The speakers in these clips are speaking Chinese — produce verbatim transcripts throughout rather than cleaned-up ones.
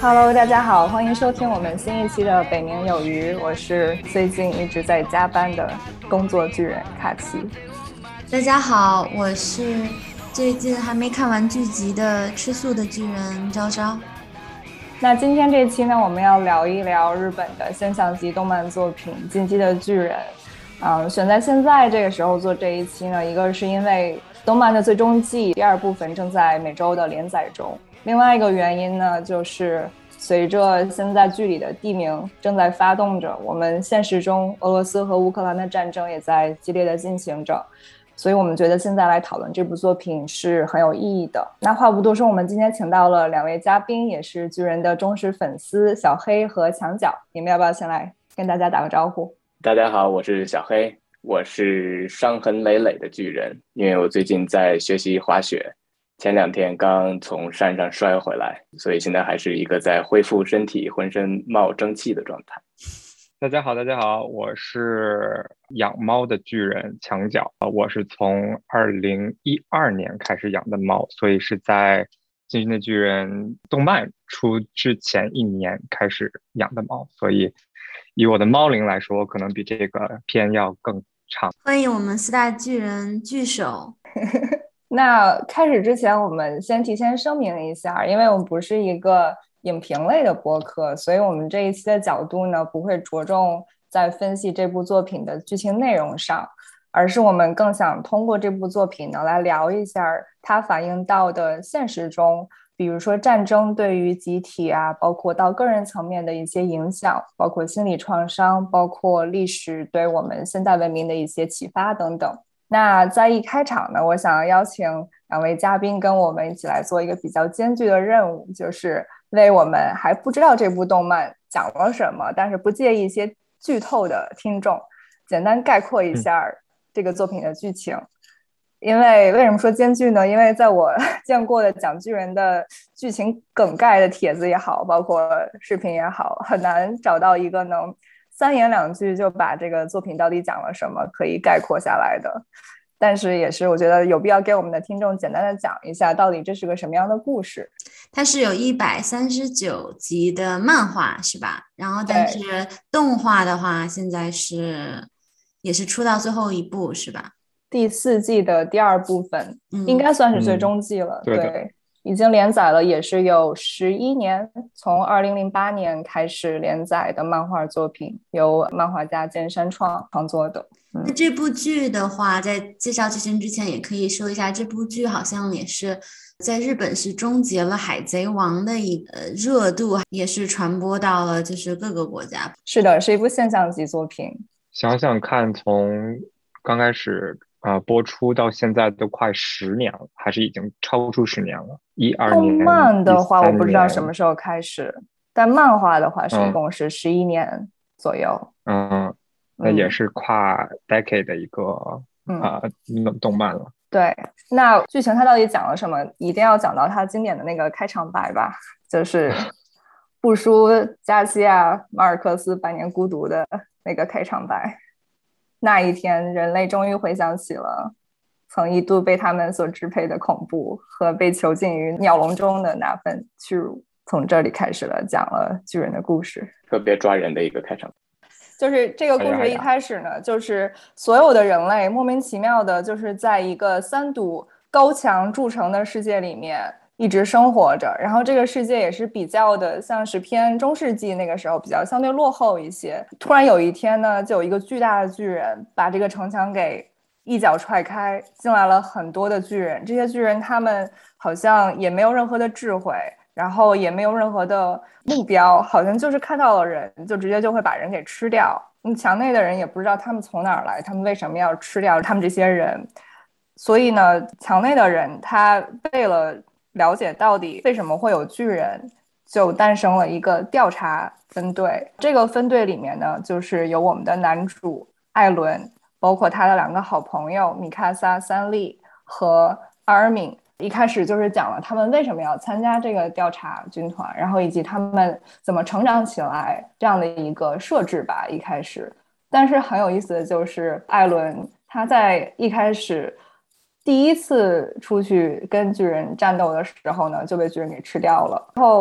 Hello，大家好，欢迎收听我们新一期的北冥有鱼，我是最近一直在加班的工作巨人卡奇。 大家好，我是最近还没看完剧集的吃素的巨人昭昭。 那今天这期呢，我们要聊一聊日本的现象级动漫作品《进击的巨人》。嗯，选在现在这个时候做这一期呢，一个是因为动漫的最终季第二部分正在每周的连载中，另外一个原因呢，就是随着现在剧里的地名正在发动着，我们现实中俄罗斯和乌克兰的战争也在激烈的进行着。所以我们觉得现在来讨论这部作品是很有意义的。那话不多说，我们今天请到了两位嘉宾，也是巨人的忠实粉丝小黑和墙角，你们要不要先来跟大家打个招呼？ 大家好，我是小黑，我是伤痕累累的巨人，因为我最近在学习滑雪，前两天刚从山上摔回来，所以现在还是一个在恢复身体、浑身冒蒸汽的状态。 大家好，大家好，我是养猫的巨人墙角，我是从二零一二年开始养的猫，所以是在进击的巨人动漫出之前一年开始养的猫，所以以我的猫龄来说，可能比这个篇要更长。 欢迎我们四大巨人聚首。 那开始之前，我们先提前声明一下，因为我们不是一个影评类的播客，所以我们这一期的角度呢，不会着重在分析这部作品的剧情内容上，而是我们更想通过这部作品呢，来聊一下它反映到的现实中，比如说战争对于集体啊，包括到个人层面的一些影响，包括心理创伤，包括历史对我们现代文明的一些启发等等。那在一开场呢，我想邀请两位嘉宾跟我们一起来做一个比较艰巨的任务，就是为我们还不知道这部动漫讲了什么，但是不介意一些剧透的听众，简单概括一下这个作品的剧情。嗯、因为为什么说艰巨呢？因为在我见过的讲巨人的剧情梗概的帖子也好，包括视频也好，很难找到一个能三言两句就把这个作品到底讲了什么可以概括下来的。但是也是我觉得有必要给我们的听众简单的讲一下到底这是个什么样的故事。 它是有一百三十九集的漫画是吧？然后但是动画的话现在是也是出到最后一部是吧？ 第四季的第二部分、嗯、应该算是最终季了、嗯、 对, 对，已经连载了也是有十一年，从二零零八年开始连载的漫画作品，由漫画家剑山创创作的。 那这部剧的话，在介绍剧情之前也可以说一下，这部剧好像也是在日本是终结了海贼王的一个热度，也是传播到了就是各个国家。 是的，是一部现象级作品。 想想看，从刚开始呃播出到现在都快十年了，还是已经超出十年了。一二年。 动漫的话我不知道什么时候开始，但漫画的话是共是十一年左右。 嗯，那也是跨 decade 的一个啊、嗯呃、动漫了。 对，那剧情它到底讲了什么？一定要讲到它经典的那个开场白吧，就是不输加西亚马尔克斯《百年孤独》的那个开场白。那一天，人类终于回想起了曾一度被他们所支配的恐怖和被囚禁于鸟笼中的那份屈辱。从这里开始了，讲了巨人的故事， 特别抓人的一个开场。 就是这个故事一开始呢、哎、就是所有的人类莫名其妙的就是在一个三堵高墙筑成的世界里面一直生活着，然后这个世界也是比较的像是偏中世纪，那个时候比较相对落后一些。突然有一天呢，就有一个巨大的巨人把这个城墙给一脚踹开，进来了很多的巨人，这些巨人他们好像也没有任何的智慧，然后也没有任何的目标，好像就是看到了人就直接就会把人给吃掉。嗯，墙内的人也不知道他们从哪儿来，他们为什么要吃掉他们这些人。所以呢，墙内的人他为了了解到底为什么会有巨人，就诞生了一个调查分队。这个分队里面呢，就是有我们的男主艾伦，包括他的两个好朋友米卡萨、三笠和阿尔敏。一开始就是讲了他们为什么要参加这个调查军团，然后以及他们怎么成长起来这样的一个设置吧。一开始，但是很有意思的就是艾伦他在一开始第一次出去跟巨人战斗的时候呢，就被巨人给吃掉了。然后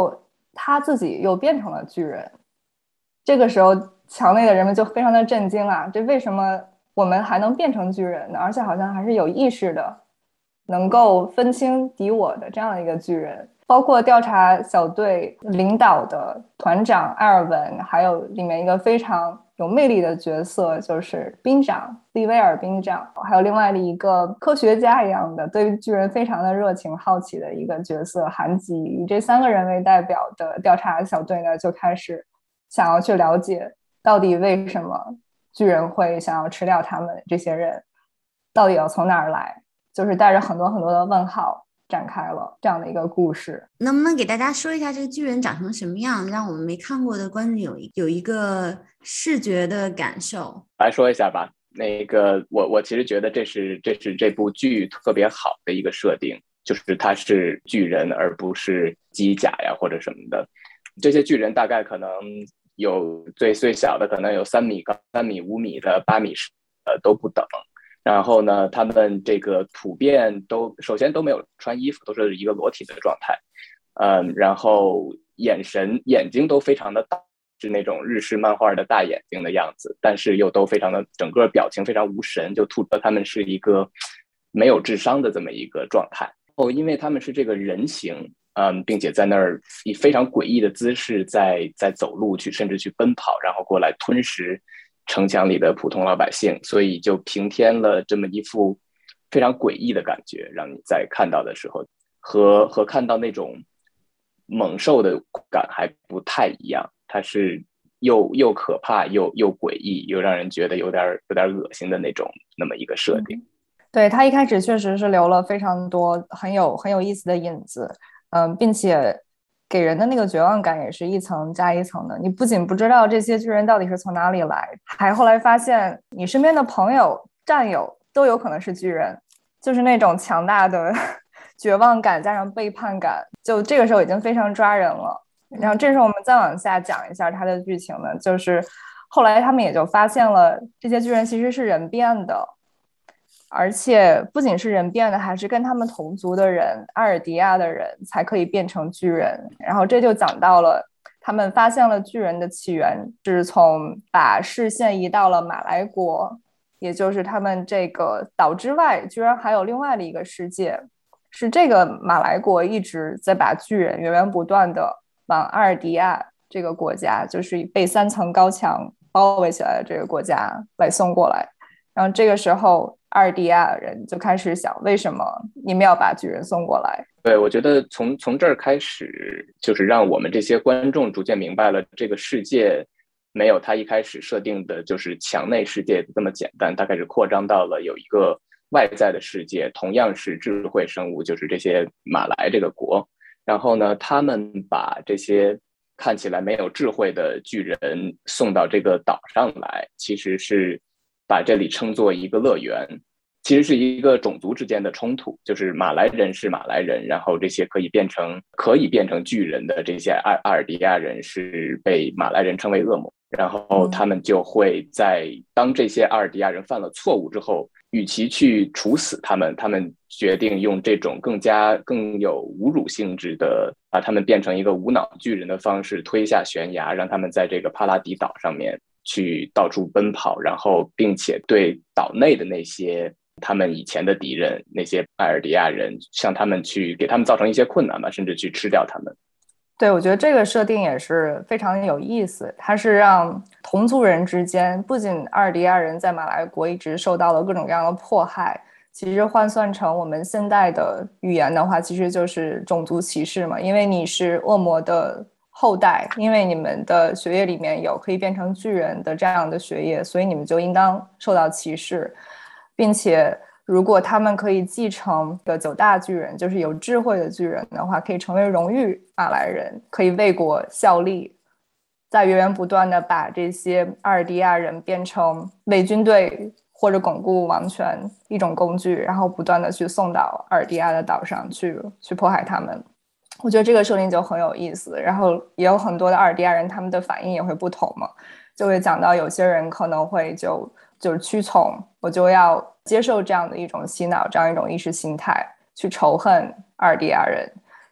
他自己又变成了巨人。这个时候墙内的人们就非常的震惊啊，这为什么我们还能变成巨人呢？而且好像还是有意识的，能够分清敌我的这样的一个巨人。包括调查小队领导的团长艾尔文，还有里面一个非常有魅力的角色就是兵长利威尔兵长，还有另外的一个科学家一样的对巨人非常的热情好奇的一个角色韩吉，以这三个人为代表的调查小队呢就开始想要去了解到底为什么巨人会想要吃掉他们，这些人到底要从哪儿来，就是带着很多很多的问号展开了这样的一个故事。 能不能给大家说一下这个巨人长成什么样，让我们没看过的观众有有一个视觉的感受？ 来说一下吧。那个我我其实觉得这是这是这部剧特别好的一个设定，就是它是巨人而不是机甲呀或者什么的。这些巨人大概可能有最最小的可能有三米高、三米、五米的、八米呃都不等。然后呢，他们这个普遍都首先都没有穿衣服，都是一个裸体的状态。嗯，然后眼神眼睛都非常的大，是那种日式漫画的大眼睛的样子，但是又都非常的整个表情非常无神，就突出他们是一个没有智商的这么一个状态。哦，因为他们是这个人形。嗯，并且在那儿以非常诡异的姿势在在走路去，甚至去奔跑，然后过来吞食城墙里的普通老百姓，所以就平添了这么一副非常诡异的感觉，让你在看到的时候和和看到那种猛兽的感还不太一样，它是又又可怕又又诡异，又让人觉得有点有点恶心的那种那么一个设定。 嗯、对，他一开始确实是留了非常多很有很有意思的引子。嗯，并且给人的那个绝望感也是一层加一层的。你不仅不知道这些巨人到底是从哪里来，还后来发现你身边的朋友、战友都有可能是巨人，就是那种强大的绝望感加上背叛感，就这个时候已经非常抓人了。然后这时候我们再往下讲一下它的剧情呢，就是后来他们也就发现了这些巨人其实是人变的。而且不仅是人变的，还是跟他们同族的人，阿尔迪亚的人才可以变成巨人。然后这就讲到了他们发现了巨人的起源是从把视线移到了马来国，也就是他们这个岛之外居然还有另外的一个世界，是这个马来国一直在把巨人源源不断的往阿尔迪亚这个国家，就是被三层高墙包围起来的这个国家来送过来。然后这个时候阿尔迪亚人就开始想，为什么你们要把巨人送过来？ 对，我觉得从从这儿开始，就是让我们这些观众逐渐明白了，这个世界没有他一开始设定的就是墙内世界这么简单，它开始扩张到了有一个外在的世界，同样是智慧生物，就是这些马来这个国。然后呢，他们把这些看起来没有智慧的巨人送到这个岛上来，其实是把这里称作一个乐园，其实是一个种族之间的冲突，就是马来人是马来人，然后这些可以变成可以变成巨人的这些阿阿尔迪亚人是被马来人称为恶魔，然后他们就会在当这些阿尔迪亚人犯了错误之后，与其去处死他们，他们决定用这种更加更有侮辱性质的，把他们变成一个无脑巨人的方式推下悬崖，让他们在这个帕拉迪岛上面去到处奔跑，然后并且对岛内的那些他们以前的敌人，那些艾尔迪亚人，向他们去给他们造成一些困难吧，甚至去吃掉他们。 对，我觉得这个设定也是非常有意思，它是让同族人之间，不仅阿尔迪亚人在马来国一直受到了各种各样的迫害，其实换算成我们现代的语言的话，其实就是种族歧视嘛，因为你是恶魔的后代，因为你们的血液里面有可以变成巨人的这样的血液，所以你们就应当受到歧视，并且如果他们可以继承的九大巨人，就是有智慧的巨人的话，可以成为荣誉马来人，可以为国效力，再源源不断的把这些阿尔迪亚人变成为军队或者巩固王权一种工具，然后不断的去送到阿尔迪亚的岛上去去迫害他们。我觉得这个设定就很有意思，然后也有很多的阿尔迪亚人他们的反应也会不同嘛，就会讲到有些人可能会就就是屈从，我就要接受这样的一种洗脑，这样一种意识形态，去仇恨阿尔迪亚人。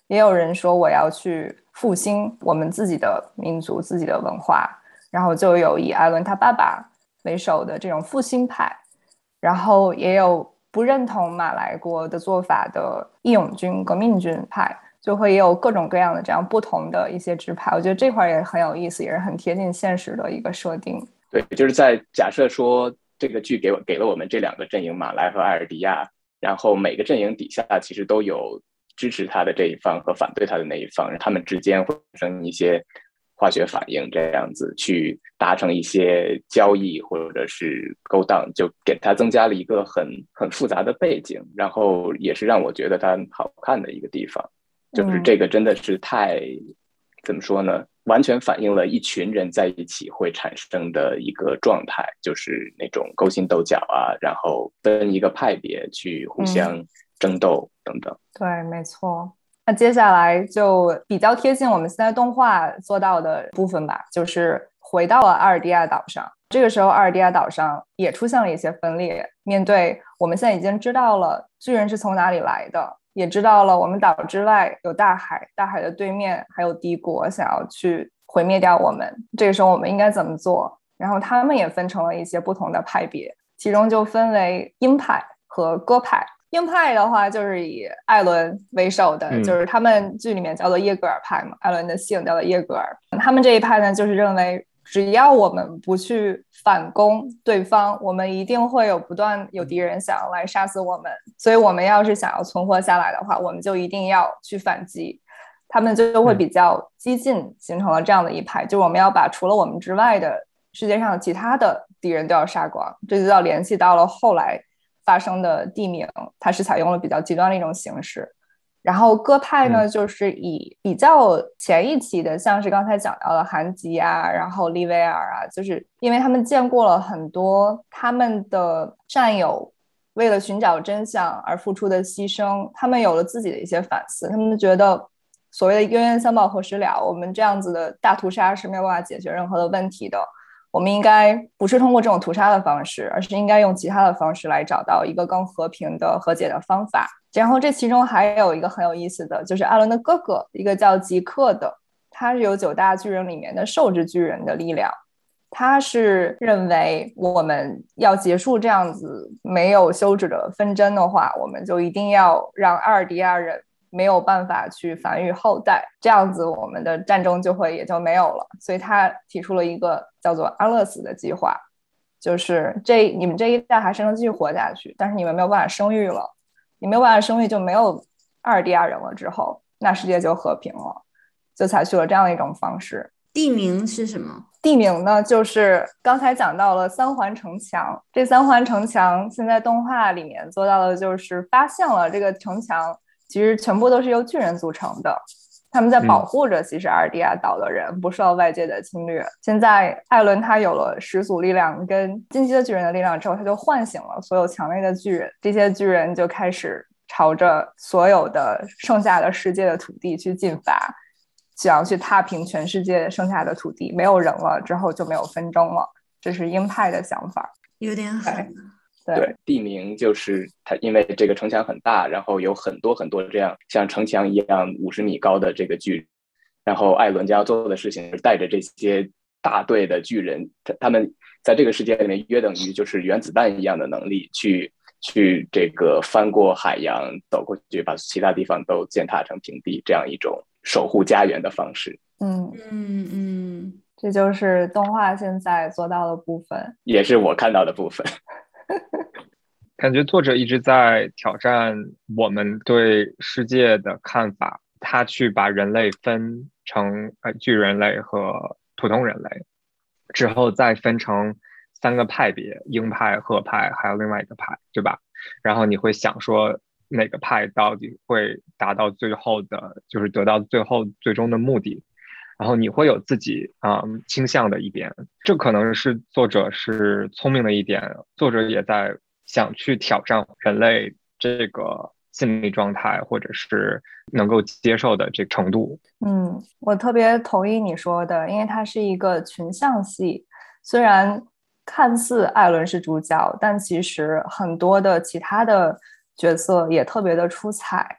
也有人说我要去复兴我们自己的民族自己的文化，然后就有以艾伦他爸爸为首的这种复兴派，然后也有不认同马来国的做法的义勇军革命军派，就会也有各种各样的这样不同的一些支派。我觉得这块也很有意思，也是很贴近现实的一个设定。 对，就是在假设说这个剧给我给了我们这两个阵营，马来和艾尔迪亚，然后每个阵营底下其实都有支持他的这一方和反对他的那一方，他们之间会发生一些化学反应，这样子去达成一些交易或者是勾当，就给他增加了一个很很复杂的背景，然后也是让我觉得它好看的一个地方。就是这个真的是太、嗯、怎么说呢，完全反映了一群人在一起会产生的一个状态，就是那种勾心斗角啊，然后分一个派别去互相争斗等等、嗯、 对，没错。那接下来就比较贴近我们现在动画做到的部分吧，就是回到了阿尔迪亚岛上。这个时候阿尔迪亚岛上也出现了一些分裂，面对我们现在已经知道了巨人是从哪里来的，也知道了我们岛之外有大海，大海的对面还有敌国想要去毁灭掉我们，这个时候我们应该怎么做。然后他们也分成了一些不同的派别，其中就分为鹰派和鸽派。鹰派的话就是以艾伦为首的、嗯、就是他们剧里面叫做耶格尔派嘛，艾伦的姓叫做耶格尔。他们这一派呢就是认为只要我们不去反攻对方，我们一定会有不断有敌人想要来杀死我们，所以我们要是想要存活下来的话，我们就一定要去反击。他们就会比较激进，形成了这样的一派，就是我们要把除了我们之外的世界上其他的敌人都要杀光。这就要联系到了后来发生的地名，它是采用了比较极端的一种形式。然后鸽派呢、嗯、就是以比较前一期的，像是刚才讲到的韩吉啊，然后利威尔啊，就是因为他们见过了很多他们的战友为了寻找真相而付出的牺牲，他们有了自己的一些反思，他们觉得所谓的冤冤相报何时了，我们这样子的大屠杀是没有办法解决任何的问题的，我们应该不是通过这种屠杀的方式，而是应该用其他的方式来找到一个更和平的和解的方法。然后这其中还有一个很有意思的，就是艾伦的哥哥，一个叫吉克的，他是有九大巨人里面的兽之巨人的力量，他是认为我们要结束这样子没有休止的纷争的话，我们就一定要让阿尔迪亚人没有办法去繁育后代，这样子我们的战争就会也就没有了。所以他提出了一个叫做安乐死的计划，就是这你们这一代还是能继续活下去，但是你们没有办法生育了，你没有办法生育就没有阿尔迪亚人了，之后那世界就和平了，就采取了这样的一种方式。 地名是什么？ 地名呢，就是刚才讲到了三环城墙。这三环城墙现在动画里面做到的就是发现了这个城墙其实全部都是由巨人组成的，他们在保护着其实阿尔迪亚岛的人不受到外界的侵略、嗯、现在艾伦他有了始祖力量跟进击的巨人的力量之后，他就唤醒了所有墙内的巨人，这些巨人就开始朝着所有的剩下的世界的土地去进发，想要去踏平全世界剩下的土地，没有人了之后就没有纷争了，这是鹰派的想法。 有点狠。 对， 对，地名就是它，因为这个城墙很大，然后有很多很多这样像城墙一样五十米高的这个巨人，然后艾伦将要做的事情是带着这些大队的巨人，他们在这个世界里面约等于就是原子弹一样的能力，去去这个翻过海洋走过去，把其他地方都践踏成平地，这样一种守护家园的方式。 嗯嗯嗯， 这就是动画现在做到的部分， 也是我看到的部分。 感觉作者一直在挑战我们对世界的看法，他去把人类分成呃巨人类和普通人类，之后再分成三个派别，鹰派、鹤派还有另外一个派，对吧？然后你会想说哪个派到底会达到最后的，就是得到最后最终的目的，然后你会有自己啊、嗯、倾向的一边，这可能是作者是聪明的一点，作者也在想去挑战人类这个心理状态或者是能够接受的这个程度。 嗯，我特别同意你说的，因为它是一个群像戏，虽然看似艾伦是主角，但其实很多的其他的角色也特别的出彩。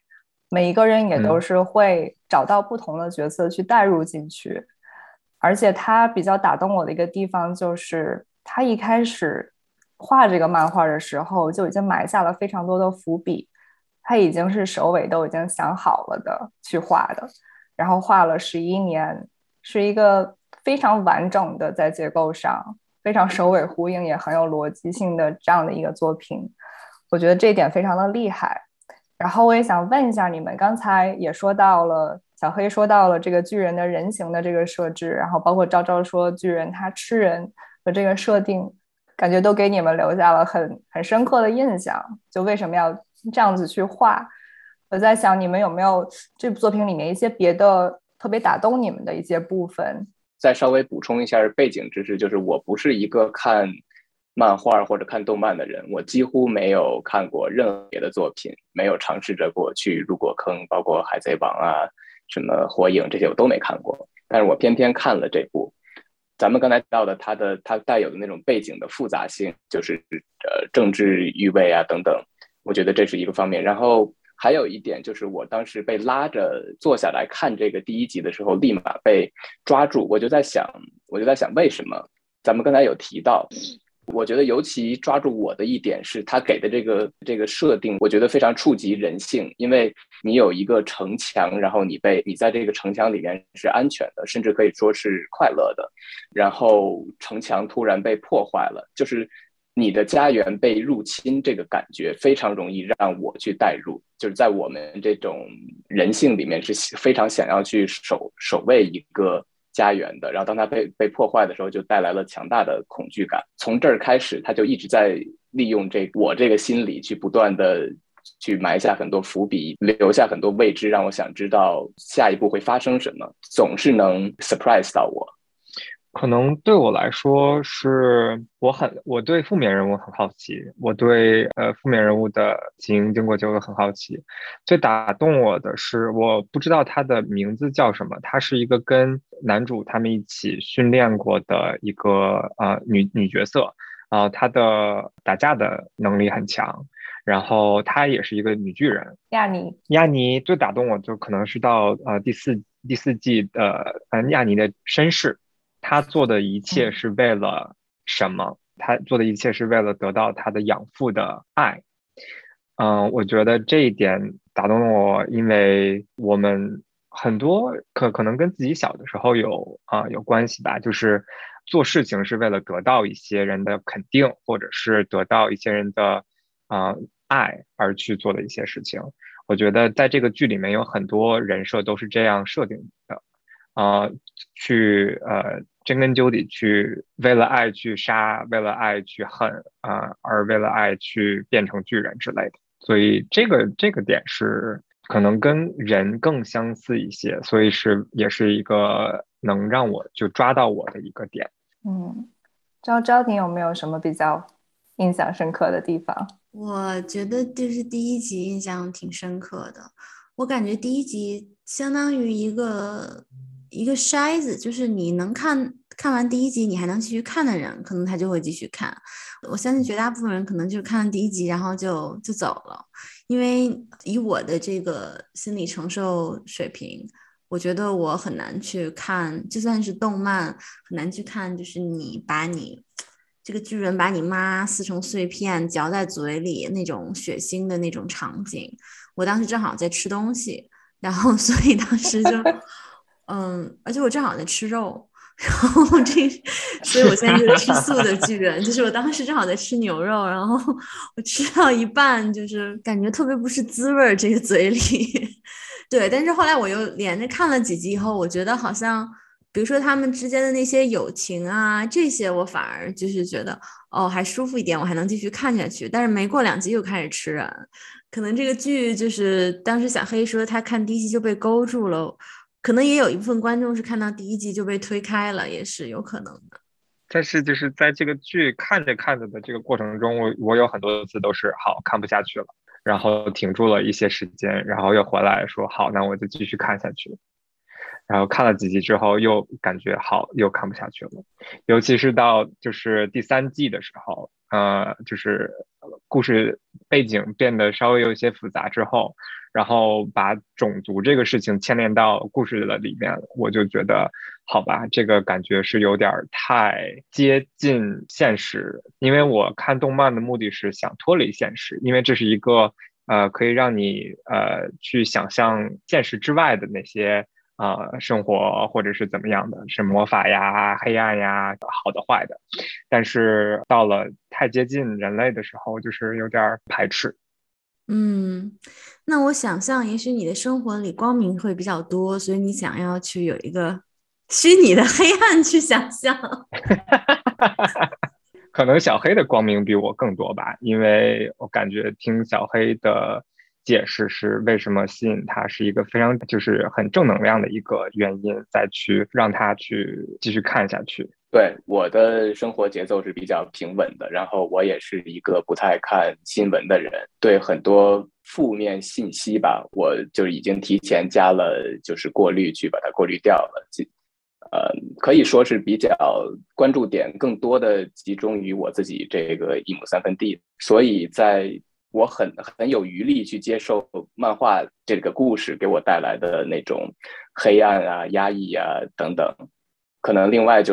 每一个人也都是会找到不同的角色去带入进去。嗯，而且他比较打动我的一个地方就是他一开始画这个漫画的时候就已经埋下了非常多的伏笔，他已经是首尾都已经想好了的去画的，然后画了十一年，是一个非常完整的在结构上非常首尾呼应也很有逻辑性的这样的一个作品，我觉得这一点非常的厉害。然后我也想问一下你们，刚才也说到了，小黑说到了这个巨人的人形的这个设置，然后包括昭昭说巨人他吃人的这个设定，感觉都给你们留下了很很深刻的印象，就为什么要这样子去画。我在想你们有没有这部作品里面一些别的特别打动你们的一些部分。 再稍微补充一下背景知识，就是我不是一个看漫画或者看动漫的人，我几乎没有看过任何别的作品，没有尝试着过去入过坑，包括海贼王啊什么火影这些我都没看过，但是我偏偏看了这部。咱们刚才提到的它的它带有的那种背景的复杂性，就是呃政治欲味啊等等，我觉得这是一个方面。然后还有一点就是我当时被拉着坐下来看这个第一集的时候立马被抓住，我就在想我就在想为什么。咱们刚才有提到，我觉得尤其抓住我的一点是他给的这个这个设定，我觉得非常触及人性，因为你有一个城墙，然后你被你在这个城墙里面是安全的，甚至可以说是快乐的，然后城墙突然被破坏了，就是你的家园被入侵，这个感觉非常容易让我去代入，就是在我们这种人性里面是非常想要去守守卫一个家园的，然后当它被被破坏的时候就带来了强大的恐惧感。从这儿开始他就一直在利用这我这个心理去不断的去埋下很多伏笔，留下很多未知，让我想知道下一步会发生什么，总是能 surprise 到我。 可能对我来说是我很我对负面人物很好奇，我对呃负面人物的起因经过结构很好奇。最打动我的是我不知道他的名字叫什么，他是一个跟男主他们一起训练过的一个呃女女角色，啊、呃，她的打架的能力很强，然后她也是一个女巨人。 亚妮亚妮最打动我就可能是到呃第四第四季的呃亚妮的身世。他做的一切是为了什么？他做的一切是为了得到他的养父的爱。嗯，我觉得这一点打动了我，因为我们很多可可能跟自己小的时候有啊、呃、有关系吧，就是做事情是为了得到一些人的肯定，或者是得到一些人的啊、呃、爱而去做的一些事情。我觉得在这个剧里面有很多人设都是这样设定的。呃，去呃追根究底，去为了爱去杀，为了爱去恨啊、呃，而为了爱去变成巨人之类的。所以这个这个点是可能跟人更相似一些，所以是也是一个能让我就抓到我的一个点。 嗯，昭昭，你有没有什么比较印象深刻的地方？ 我觉得就是第一集印象挺深刻的，我感觉第一集相当于一个。一个筛子，就是你能看看完第一集你还能继续看的人，可能他就会继续看。我相信绝大部分人可能就看了第一集然后就就走了，因为以我的这个心理承受水平，我觉得我很难去看，就算是动漫很难去看，就是你把你这个巨人把你妈撕成碎片嚼在嘴里那种血腥的那种场景。我当时正好在吃东西，然后所以当时就嗯，而且我正好在吃肉，然后这，所以我现在就是吃素的巨人，就是我当时正好在吃牛肉，然后我吃到一半，就是感觉特别不是滋味儿，这个嘴里，对。但是后来我又连着看了几集以后，我觉得好像，比如说他们之间的那些友情啊，这些我反而就是觉得哦还舒服一点，我还能继续看下去。但是没过两集又开始吃人，可能这个剧就是当时小黑说他看第一集就被勾住了。可能也有一部分观众是看到第一集就被推开了，也是有可能的。 但是就是在这个剧看着看着的这个过程中，我我有很多次都是好看不下去了，然后停住了一些时间，然后又回来说好，那我就继续看下去。 然后看了几集之后又感觉好，又看不下去了。尤其是到就是第三季的时候，呃，就是故事背景变得稍微有一些复杂之后，然后把种族这个事情牵连到故事的里面，我就觉得好吧，这个感觉是有点太接近现实。因为我看动漫的目的是想脱离现实，因为这是一个呃可以让你呃去想象现实之外的那些呃生活或者是怎么样的，是魔法呀、黑暗呀、好的坏的。但是到了太接近人类的时候，就是有点排斥。 嗯，那我想象也许你的生活里光明会比较多，所以你想要去有一个虚拟的黑暗去想象。 可能小黑的光明比我更多吧，因为我感觉听小黑的解释是为什么吸引他是一个非常就是很正能量的一个原因，再去让他去继续看下去。 对，我的生活节奏是比较平稳的，然后我也是一个不太看新闻的人，对很多负面信息吧，我就已经提前加了就是过滤去把它过滤掉了。呃，可以说是比较关注点更多的集中于我自己这个一亩三分地，所以在我很很有余力去接受漫画这个故事给我带来的那种黑暗啊、压抑啊等等。可能另外就是，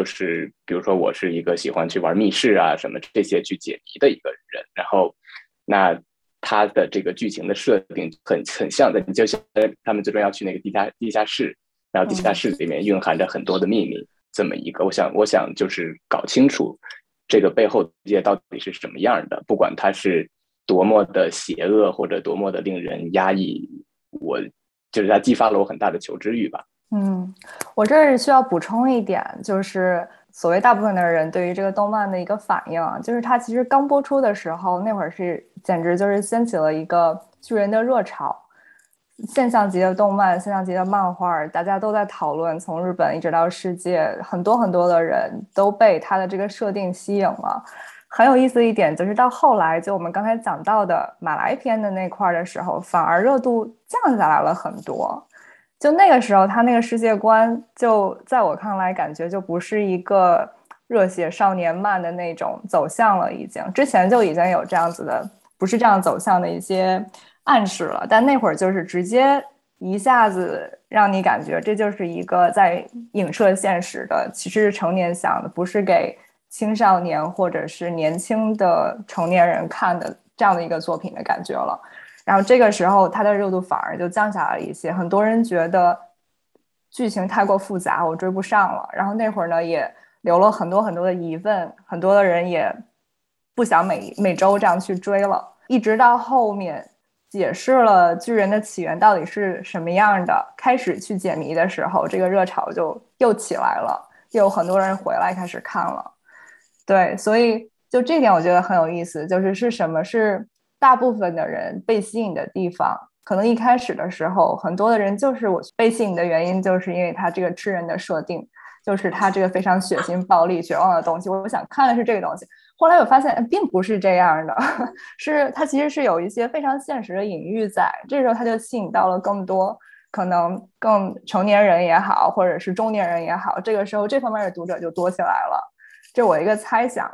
比如说我是一个喜欢去玩密室啊什么这些去解谜的一个人，然后那他的这个剧情的设定很很像的，你就像他们最终要去那个地下地下室，然后地下室里面蕴含着很多的秘密，这么一个，我想我想就是搞清楚这个背后的世界到底是什么样的，不管它是多么的邪恶或者多么的令人压抑，我就是它激发了我很大的求知欲吧。 嗯，我这儿需要补充一点，就是所谓大部分的人对于这个动漫的一个反应，就是它其实刚播出的时候，那会儿是简直就是掀起了一个巨人的热潮，现象级的动漫、现象级的漫画，大家都在讨论，从日本一直到世界，很多很多的人都被它的这个设定吸引了。很有意思的一点就是到后来，就我们刚才讲到的马来篇的那块的时候，反而热度降下来了很多。就那个时候他那个世界观就在我看来感觉就不是一个热血少年漫的那种走向了，已经之前就已经有这样子的不是这样走向的一些暗示了，但那会儿就是直接一下子让你感觉这就是一个在影射现实的，其实是成年向的，不是给青少年或者是年轻的成年人看的这样的一个作品的感觉了。然后这个时候它的热度反而就降下来了一些，很多人觉得剧情太过复杂，我追不上了。然后那会儿呢也留了很多很多的疑问，很多的人也不想每每周这样去追了，一直到后面解释了巨人的起源到底是什么样的，开始去解谜的时候，这个热潮就又起来了，又有很多人回来开始看了。对，所以就这点我觉得很有意思，就是是什么是大部分的人被吸引的地方。可能一开始的时候很多的人就是我被吸引的原因就是因为他这个吃人的设定，就是他这个非常血腥暴力绝望的东西，我想看的是这个东西。后来我发现并不是这样的，是它其实是有一些非常现实的隐喻在，这时候他就吸引到了更多可能更成年人也好或者是中年人也好，这个时候这方面的读者就多起来了，这我一个猜想。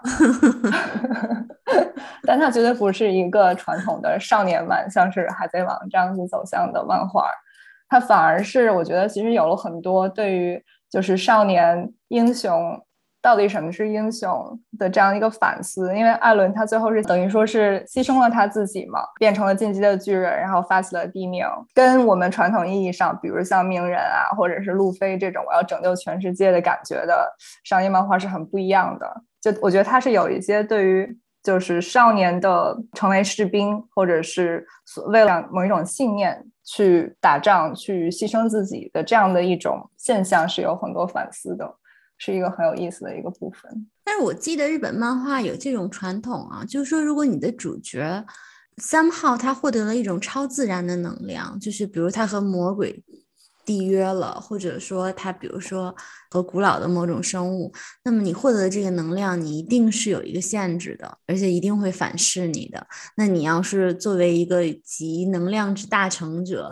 但它绝对不是一个传统的少年漫，像是海贼王这样子走向的漫画，它反而是我觉得其实有了很多对于就是少年英雄到底什么是英雄的这样一个反思。因为艾伦他最后是等于说是牺牲了他自己嘛，变成了进击的巨人，然后发起了帝名，跟我们传统意义上比如像鸣人啊或者是路飞这种我要拯救全世界的感觉的商业漫画是很不一样的。就我觉得他是有一些对于就是少年的成为士兵或者是为了某一种信念去打仗去牺牲自己的这样的一种现象是有很多反思的，是一个很有意思的一个部分。 但是我记得日本漫画有这种传统啊，就是说如果你的主角 somehow 他获得了一种超自然的能量，就是比如他和魔鬼缔约了，或者说他比如说和古老的某种生物，那么你获得的这个能量你一定是有一个限制的，而且一定会反噬你的。那你要是作为一个集能量之大成者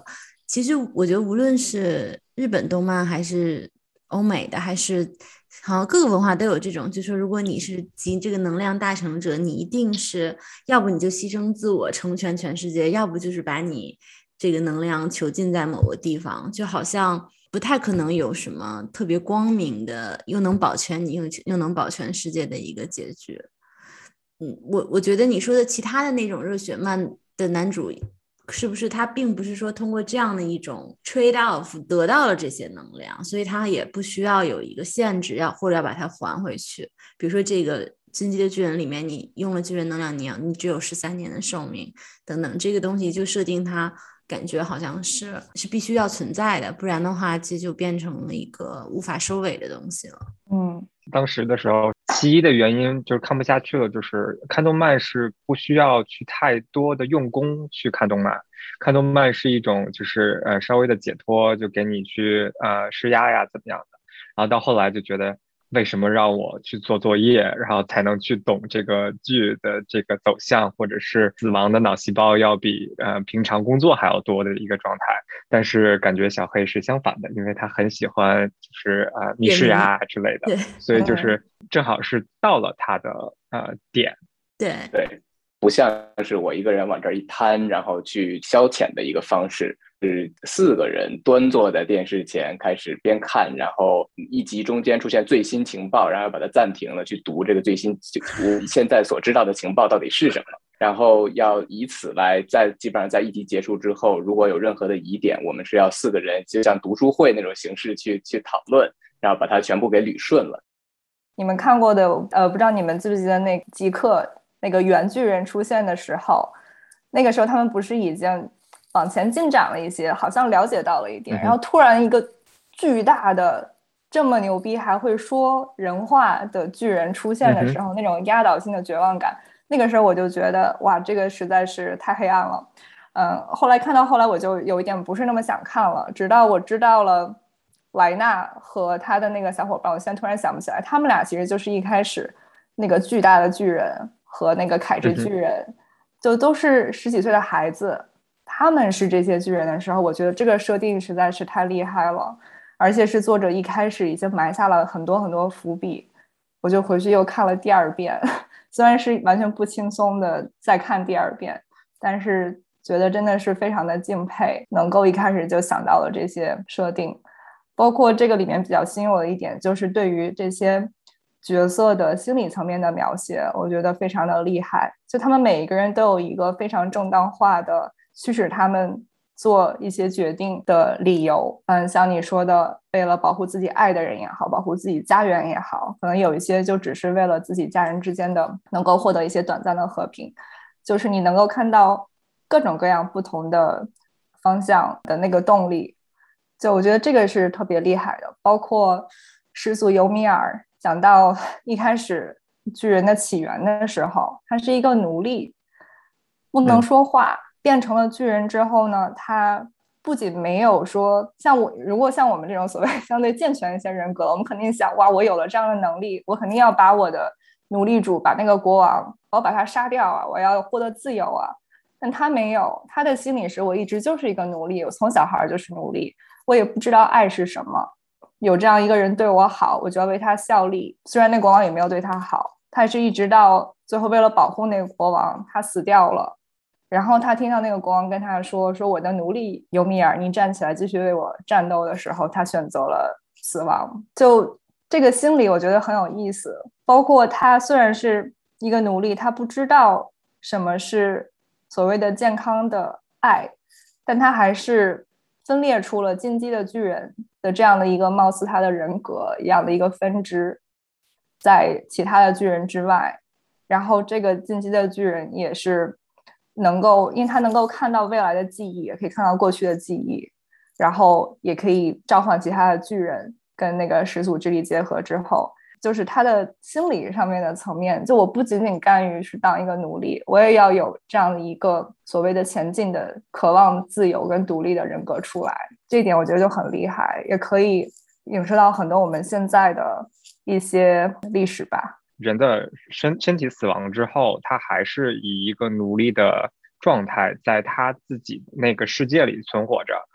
其实我觉得无论是日本动漫还是欧美的，还是好像各个文化都有这种，就是说如果你是集这个能量大成者，你一定是要不你就牺牲自我成全全世界，要不就是把你这个能量囚禁在某个地方，就好像不太可能有什么特别光明的又能保全你又又能保全世界的一个结局。嗯，我我觉得你说的其他的那种热血漫的男主，是不是他并不是说通过这样的一种 trade off 得到了这些能量，所以他也不需要有一个限制，要或者要把它还回去。比如说这个进击的巨人里面，你用了巨人能量，你要你只有十三年的寿命等等，这个东西就设定它感觉好像是是必须要存在的，不然的话这就变成了一个无法收尾的东西了。 嗯， 当时的时候其一的原因就是看不下去了，就是看动漫是不需要去太多的用功去看动漫，看动漫是一种就是呃稍微的解脱，就给你去呃施压呀怎么样的，然后到后来就觉得为什么让我去做作业，然后才能去懂这个剧的这个走向，或者是死亡的脑细胞要比呃平常工作还要多的一个状态。但是感觉小黑是相反的，因为他很喜欢就是呃密室呀之类的，所以就是正好是到了他的呃点。 对对，不像是我一个人往这一摊，然后去消遣的一个方式。是四个人端坐在电视前开始边看，然后一集中间出现最新情报，然后把它暂停了，去读这个最新现在所知道的情报到底是什么，然后要以此来在基本上在一集结束之后，如果有任何的疑点，我们是要四个人就像读书会那种形式去去讨论，然后把它全部给捋顺了。 你们看过的呃，不知道你们记不记得那极客那个原巨人出现的时候，那个时候他们不是已经往前进展了一些，好像了解到了一点、嗯、然后突然一个巨大的这么牛逼还会说人话的巨人出现的时候、嗯、那种压倒性的绝望感，那个时候我就觉得哇，这个实在是太黑暗了。嗯，后来看到后来我就有一点不是那么想看了，直到我知道了莱纳和他的那个小伙伴，我现在突然想不起来，他们俩其实就是一开始那个巨大的巨人和那个凯之巨人、嗯、就都是十几岁的孩子，他们是这些巨人的时候，我觉得这个设定实在是太厉害了，而且是作者一开始已经埋下了很多很多伏笔，我就回去又看了第二遍，虽然是完全不轻松的再看第二遍，但是觉得真的是非常的敬佩，能够一开始就想到了这些设定。包括这个里面比较吸引我的一点就是对于这些角色的心理层面的描写，我觉得非常的厉害，就他们每一个人都有一个非常正当化的驱使他们做一些决定的理由。嗯，像你说的为了保护自己爱的人也好，保护自己家园也好，可能有一些就只是为了自己家人之间的能够获得一些短暂的和平，就是你能够看到各种各样不同的方向的那个动力，就我觉得这个是特别厉害的。包括始祖尤米尔讲到一开始巨人的起源的时候，他是一个奴隶，不能说话、嗯、变成了巨人之后呢，他不仅没有说像我，如果像我们这种所谓相对健全一些人格，我们肯定想哇，我有了这样的能力，我肯定要把我的奴隶主，把那个国王，我要把他杀掉啊，我要获得自由啊。但他没有，他的心里是我一直就是一个奴隶，我从小孩就是奴隶，我也不知道爱是什么，有这样一个人对我好，我就要为他效力。虽然那国王也没有对他好，他是一直到最后为了保护那个国王，他死掉了。然后他听到那个国王跟他说说我的奴隶尤米尔，你站起来继续为我战斗的时候，他选择了死亡。就这个心理我觉得很有意思。包括他虽然是一个奴隶，他不知道什么是所谓的健康的爱，但他还是分裂出了进击的巨人的这样的一个貌似他的人格一样的一个分支在其他的巨人之外。然后这个进击的巨人也是能够，因为他能够看到未来的记忆，也可以看到过去的记忆，然后也可以召唤其他的巨人跟那个始祖之力结合之后，就是他的心理上面的层面，就我不仅仅甘于是当一个奴隶，我也要有这样的一个所谓的前进的渴望自由跟独立的人格出来。这一点我觉得就很厉害，也可以影射到很多我们现在的一些历史吧。 人的身身体死亡之后，他还是以一个奴隶的状态在他自己那个世界里存活着。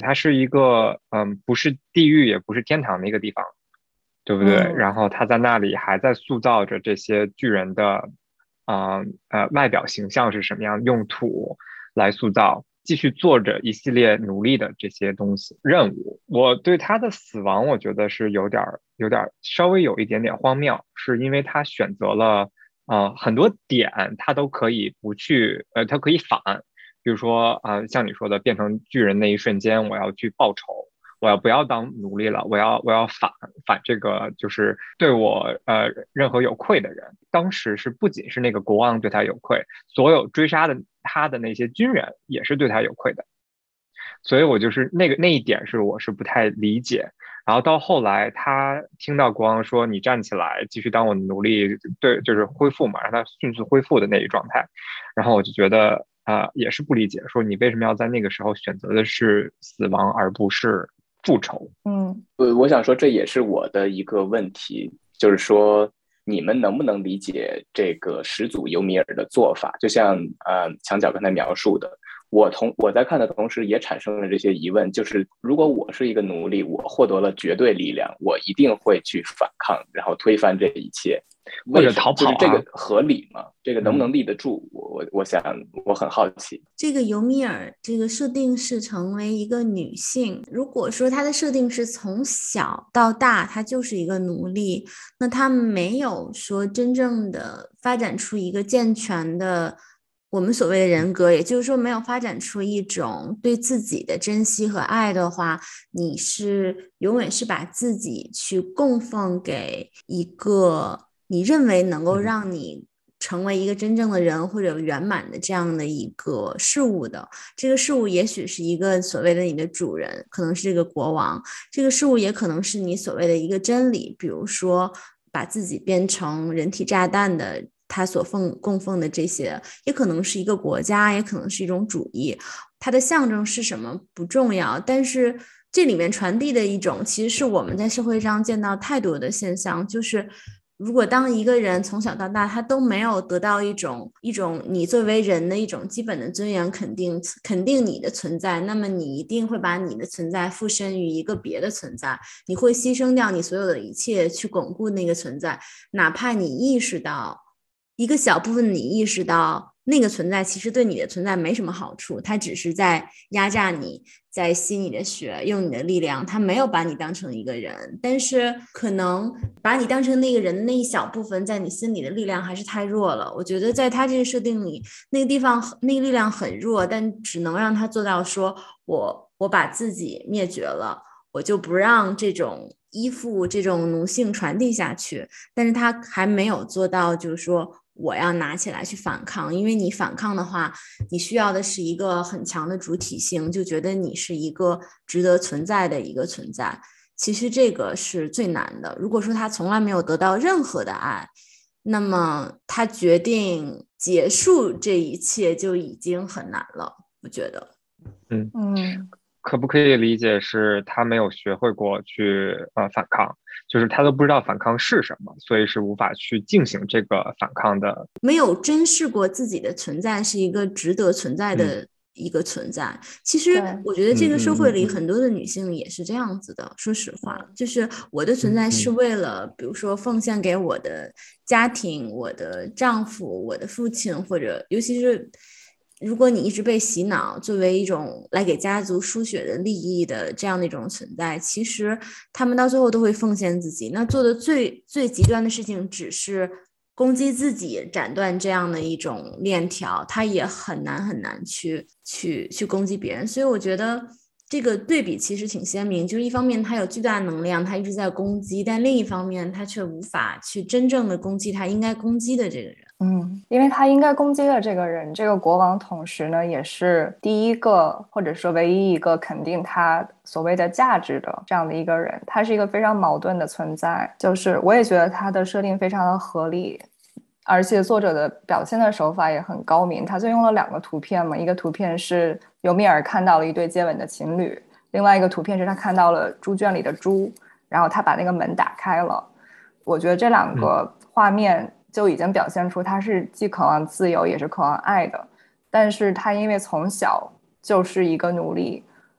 它是一个嗯，不是地狱也不是天堂的一个地方，对不对？ 嗯、 然后他在那里还在塑造着这些巨人的呃呃外表形象是什么样，用土来塑造，继续做着一系列努力的这些东西任务。我对他的死亡我觉得是有点有点稍微有一点点荒谬，是因为他选择了呃很多点他都可以不去呃他可以反，比如说啊、呃，像你说的变成巨人那一瞬间我要去报仇，我要不要当奴隶了，我要我要反反这个就是对我呃任何有愧的人。当时是不仅是那个国王对他有愧，所有追杀的他的那些军人也是对他有愧的，所以我就是那个那一点是我是不太理解。然后到后来他听到国王说你站起来继续当我的奴隶，对，就是恢复嘛，让他迅速恢复的那一状态，然后我就觉得啊、呃，也是不理解，说你为什么要在那个时候选择的是死亡而不是复仇。 嗯， 我我想说这也是我的一个问题，就是说你们能不能理解这个始祖尤米尔的做法？就像呃墙角刚才描述的，我同我在看的同时也产生了这些疑问，就是如果我是一个奴隶，我获得了绝对力量，我一定会去反抗，然后推翻这一切。 或者逃跑、啊、 就是这个合理吗？这个能不能立得住？我我我想我很好奇。 这个尤米尔这个设定是成为一个女性，如果说她的设定是从小到大她就是一个奴隶，那她没有说真正的发展出一个健全的我们所谓的人格，也就是说没有发展出一种对自己的珍惜和爱的话，你是永远是把自己去供奉给一个你认为能够让你成为一个真正的人或者圆满的这样的一个事物的。这个事物也许是一个所谓的你的主人，可能是这个国王，这个事物也可能是你所谓的一个真理，比如说把自己变成人体炸弹的他所奉供奉的这些，也可能是一个国家，也可能是一种主义，它的象征是什么不重要，但是这里面传递的一种其实是我们在社会上见到太多的现象，就是如果当一个人从小到大他都没有得到一种一种你作为人的一种基本的尊严肯定肯定你的存在，那么你一定会把你的存在附身于一个别的存在，你会牺牲掉你所有的一切去巩固那个存在，哪怕你意识到一个小部分，你意识到那个存在其实对你的存在没什么好处，它只是在压榨你，在吸你的血，用你的力量，它没有把你当成一个人，但是可能把你当成那个人的那一小部分在你心里的力量还是太弱了。我觉得在他这个设定里，那个地方那个力量很弱，但只能让他做到说我我把自己灭绝了，我就不让这种依附这种奴性传递下去，但是他还没有做到就是说我要拿起来去反抗，因为你反抗的话你需要的是一个很强的主体性，就觉得你是一个值得存在的一个存在，其实这个是最难的。如果说他从来没有得到任何的爱，那么他决定结束这一切就已经很难了，我觉得。 嗯嗯， 可不可以理解是他没有学会过去呃反抗，就是他都不知道反抗是什么，所以是无法去进行这个反抗的， 没有珍视过自己的存在是一个值得存在的一个存在、嗯、其实我觉得这个社会里很多的女性也是这样子的、嗯、说实话，就是我的存在是为了、嗯、比如说奉献给我的家庭，我的丈夫，我的父亲，或者尤其是如果你一直被洗脑作为一种来给家族输血的利益的这样的一种存在，其实他们到最后都会奉献自己，那做的最最极端的事情只是攻击自己，斩断这样的一种链条，他也很难很难去去去攻击别人。所以我觉得这个对比其实挺鲜明，就是一方面他有巨大能量，他一直在攻击，但另一方面他却无法去真正的攻击他应该攻击的这个人。 嗯，因为他应该攻击的这个人，这个国王同时呢也是第一个或者说唯一一个肯定他所谓的价值的这样的一个人，他是一个非常矛盾的存在。就是我也觉得他的设定非常的合理，而且作者的表现的手法也很高明。他就用了两个图片嘛，一个图片是尤米尔看到了一对接吻的情侣，另外一个图片是他看到了猪圈里的猪，然后他把那个门打开了。我觉得这两个画面就已经表现出他是既渴望自由也是渴望爱的，但是他因为从小就是一个奴隶，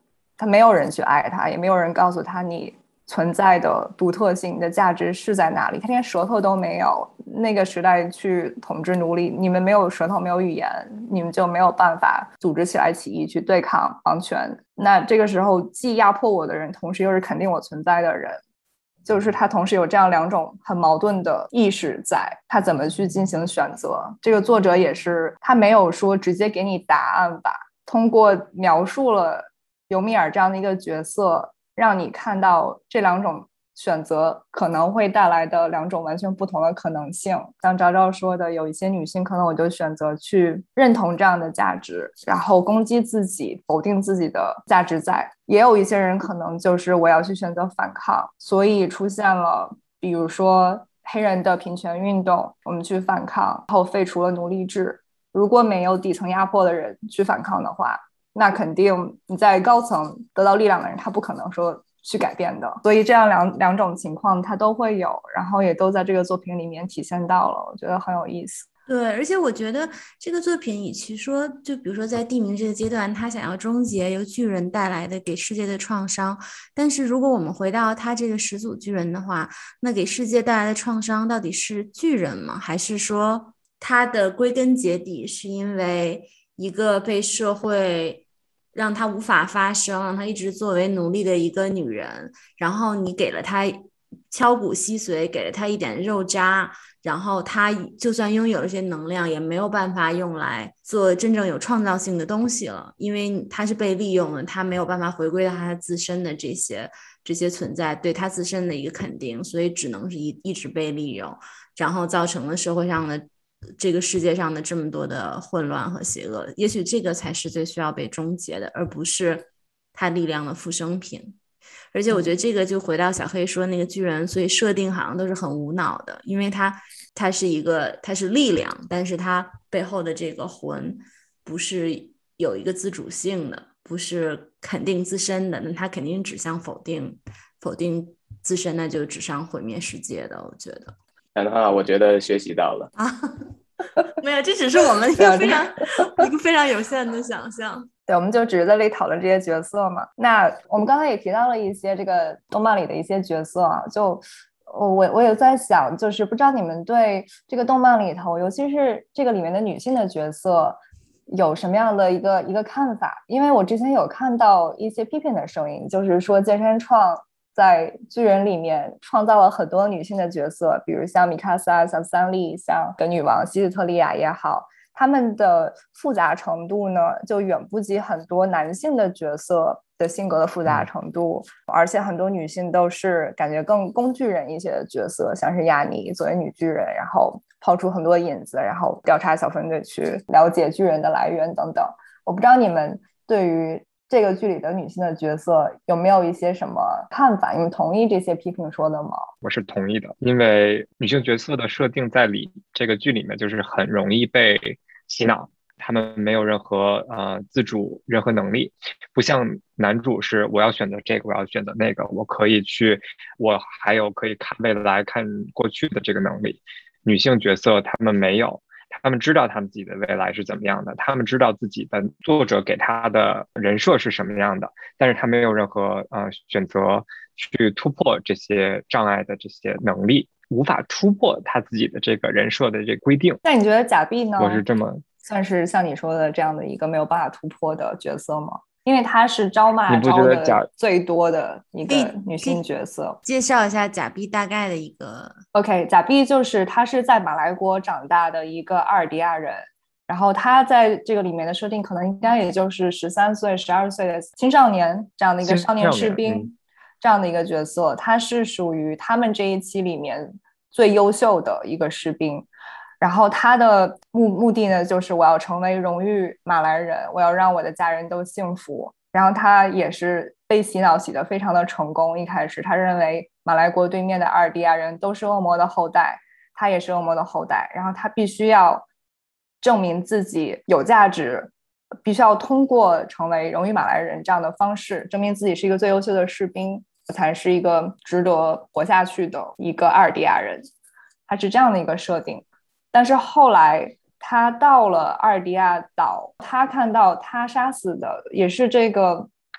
他没有人去爱他，也没有人告诉他你存在的独特性，你的价值是在哪里，他连舌头都没有。那个时代去统治奴隶，你们没有舌头没有语言，你们就没有办法组织起来起义去对抗王权。那这个时候既压迫我的人，同时又是肯定我存在的人，就是他同时有这样两种很矛盾的意识在，他怎么去进行选择。这个作者也是他没有说直接给你答案吧，通过描述了尤米尔这样的一个角色，让你看到这两种选择可能会带来的两种完全不同的可能性。像昭昭说的，有一些女性可能我就选择去认同这样的价值，然后攻击自己，否定自己的价值在。也有一些人可能就是我要去选择反抗，所以出现了比如说黑人的平权运动，我们去反抗，然后废除了奴隶制。如果没有底层压迫的人去反抗的话，那肯定你在高层得到力量的人他不可能说去改变的。所以这样两两种情况它都会有，然后也都在这个作品里面体现到了，我觉得很有意思。 对，而且我觉得这个作品与其说就比如说在地名这个阶段他想要终结由巨人带来的给世界的创伤，但是如果我们回到他这个始祖巨人的话，那给世界带来的创伤到底是巨人吗？还是说他的归根结底是因为一个被社会让他无法发声，让他一直作为奴隶的一个女人，然后你给了他敲骨吸髓，给了他一点肉渣，然后他就算拥有了这些能量也没有办法用来做真正有创造性的东西了，因为他是被利用了，他没有办法回归到他自身的这些这些存在对他自身的一个肯定，所以只能是一一直被利用，然后造成了社会上的这个世界上的这么多的混乱和邪恶。也许这个才是最需要被终结的，而不是他力量的复生品。而且我觉得这个就回到小黑说那个巨人，所以设定好像都是很无脑的，因为他他是一个他是力量，但是他背后的这个魂不是有一个自主性的，不是肯定自身的，那他肯定指向否定，否定自身那就指向毁灭世界的。我觉得很好，我觉得学习到了啊， 没有，这只是我们一个非常一个非常有限的想象。 对，我们就只是在这里讨论这些角色嘛。那我们刚才也提到了一些这个动漫里的一些角色啊，就我我也在想，就是不知道你们对这个动漫里头，尤其是这个里面的女性的角色有什么样的一个一个看法？因为我之前有看到一些批评的声音，就是说剑山创在巨人里面创造了很多女性的角色，比如像米卡萨、像三笠、像个女王希斯特利亚也好，他们的复杂程度呢就远不及很多男性的角色的性格的复杂程度，而且很多女性都是感觉更工具人一些的角色，像是亚妮作为女巨人，然后抛出很多引子，然后调查小分队去了解巨人的来源等等。我不知道你们对于这个剧里的女性的角色有没有一些什么看法？你们同意这些批评说的吗？ 我是同意的，因为女性角色的设定在里这个剧里面就是很容易被洗脑，他们没有任何呃自主任何能力，不像男主是我要选择这个我要选择那个，我可以去我还有可以看未来看过去的这个能力。女性角色他们没有，他们知道他们自己的未来是怎么样的，他们知道自己的作者给他的人设是什么样的，但是他没有任何呃选择去突破这些障碍的这些能力，无法突破他自己的这个人设的这个规定。 那你觉得假币呢？ 我是这么算是像你说的这样的一个没有办法突破的角色吗？因为他是招骂招的最多的一个女性角色。 介绍一下假币大概的一个 OK， 假币就是他是在马来国长大的一个阿尔迪亚人，然后他在这个里面的设定可能应该也就是十三岁十二岁的青少年这样的一个少年士兵、嗯、这样的一个角色，他是属于他们这一期里面最优秀的一个士兵，然后他的目目的呢就是我要成为荣誉马来人，我要让我的家人都幸福。然后他也是被洗脑洗得非常的成功，一开始他认为马来国对面的阿尔迪亚人都是恶魔的后代，他也是恶魔的后代，然后他必须要证明自己有价值，必须要通过成为荣誉马来人这样的方式证明自己是一个最优秀的士兵，才是一个值得活下去的一个阿尔迪亚人，他是这样的一个设定。但是后来他到了阿尔迪亚岛，他看到他杀死的也是这个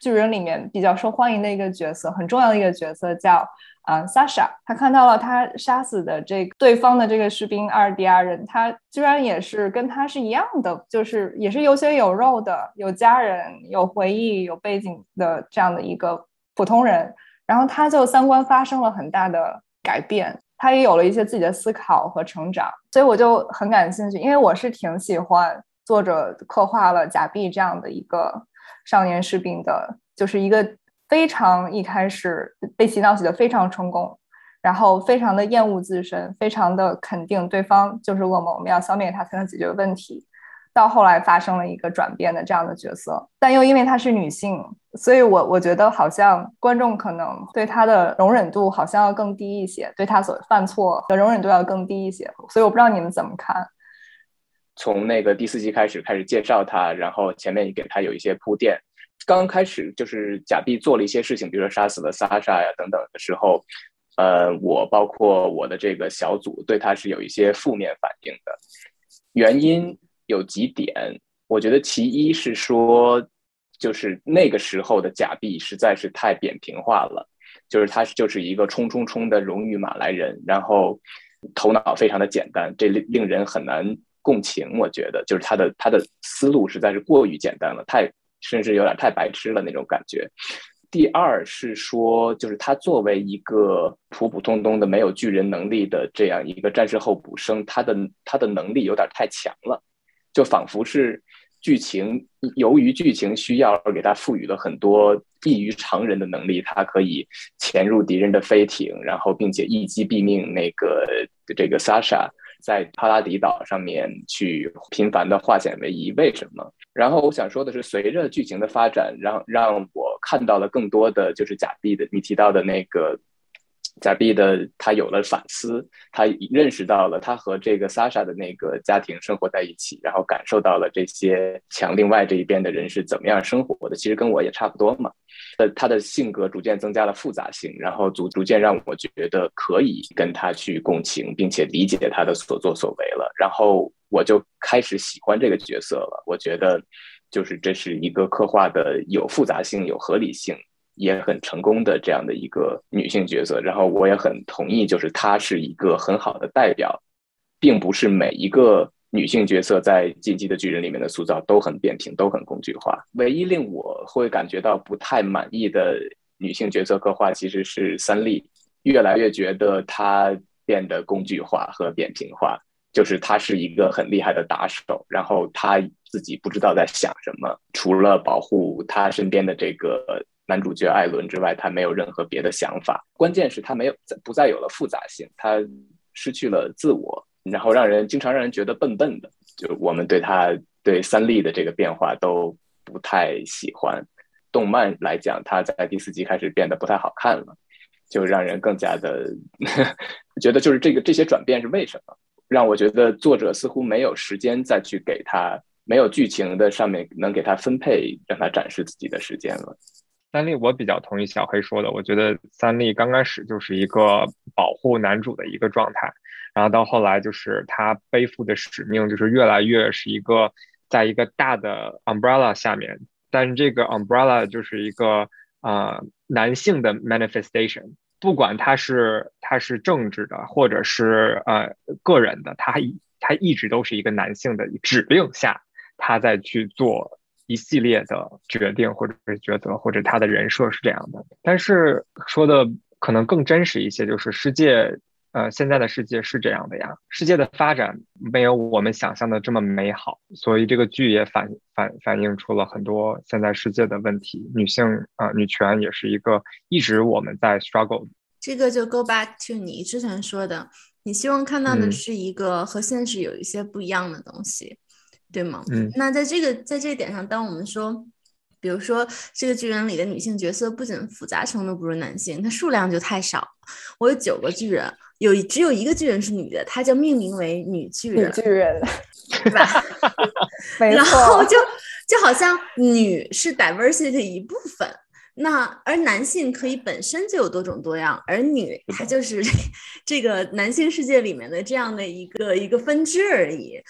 巨人里面比较受欢迎的一个角色，很重要的一个角色叫啊、呃、Sasha。他看到了他杀死的这个对方的这个士兵阿尔迪亚人，他居然也是跟他是一样的，就是也是有血有肉的，有家人、有回忆、有背景的这样的一个普通人。然后他就三观发生了很大的改变，他也有了一些自己的思考和成长，所以我就很感兴趣，因为我是挺喜欢作者刻画了贾碧这样的一个少年士兵的，就是一个非常一开始被洗脑洗的非常成功，然后非常的厌恶自身，非常的肯定对方就是恶魔，我们要消灭他才能解决问题，到后来发生了一个转变的这样的角色，但又因为她是女性，所以我我觉得好像观众可能对她的容忍度好像要更低一些，对她所犯错的容忍度要更低一些，所以我不知道你们怎么看。 从那个第四季开始开始介绍他，然后前面给他有一些铺垫。刚开始就是贾碧做了一些事情，比如说杀死了莎莎呀等等的时候，呃，我包括我的这个小组对他是有一些负面反应的。原因有几点，我觉得其一是说，就是那个时候的贾碧实在是太扁平化了，就是他就是一个冲冲冲的荣誉马来人，然后头脑非常的简单，这令人很难共情。我觉得就是他的他的思路实在是过于简单了，太甚至有点太白痴了那种感觉。第二是说，就是他作为一个普普通通的没有巨人能力的这样一个战士候补生，他的他的能力有点太强了，就仿佛是剧情由于剧情需要而给他赋予了很多异于常人的能力，他可以潜入敌人的飞艇，然后并且一击毙命那个这个 Sasha， 在帕拉迪岛上面去频繁的化险为夷。为什么？然后我想说的是，随着剧情的发展，让让我看到了更多的就是贾碧的，你提到的那个贾碧的，他有了反思，他认识到了他和这个 Sasha 的那个家庭生活在一起，然后感受到了这些墙另外这一边的人是怎么样生活的，其实跟我也差不多嘛。他的性格逐渐增加了复杂性，然后逐逐渐让我觉得可以跟他去共情，并且理解他的所作所为了，然后我就开始喜欢这个角色了。我觉得就是这是一个刻画的有复杂性、有合理性，也很成功的这样的一个女性角色。然后我也很同意，就是她是一个很好的代表，并不是每一个女性角色在《进击的巨人》里面的塑造都很扁平，都很工具化。唯一令我会感觉到不太满意的女性角色刻画其实是三笠，越来越觉得她变得工具化和扁平化，就是她是一个很厉害的打手，然后她自己不知道在想什么，除了保护她身边的这个男主角艾伦之外，他没有任何别的想法。关键是他没有不再有了复杂性，他失去了自我，然后让人经常让人觉得笨笨的。就我们对他对三笠的这个变化都不太喜欢。动漫来讲，他在第四集开始变得不太好看了，就让人更加的觉得就是这个这些转变是为什么，让我觉得作者似乎没有时间再去给他，没有剧情的上面能给他分配让他展示自己的时间了。 三笠我比较同意小黑说的，我觉得三笠刚开始就是一个保护男主的一个状态，然后到后来就是他背负的使命就是越来越是一个在一个大的 umbrella 下面，但是这个 umbrella 就是一个呃男性的 manifestation， 不管他是他是政治的或者是呃个人的，他他一直都是一个男性的指令下，他在去做一系列的决定或者是抉择，或者他的人设是这样的。但是说的可能更真实一些，就是世界呃，现在的世界是这样的呀，世界的发展没有我们想象的这么美好，所以这个剧也反反反映出了很多现在世界的问题。女性呃女权也是一个一直我们在 struggle。 这个就 go back to 你之前说的，你希望看到的是一个和现实有一些不一样的东西。嗯对吗？ 嗯， 那在这个在这一点上，当我们说，比如说这个巨人里的女性角色不仅复杂程度不如男性，它数量就太少。我有九个巨人，有只有一个巨人是女的，她叫命名为女巨人， 女巨人， 对吧？ 没错， 然后就就好像女是 diversity 的一部分，那而男性可以本身就有多种多样，而女它就是这个男性世界里面的这样的一个一个分支而已。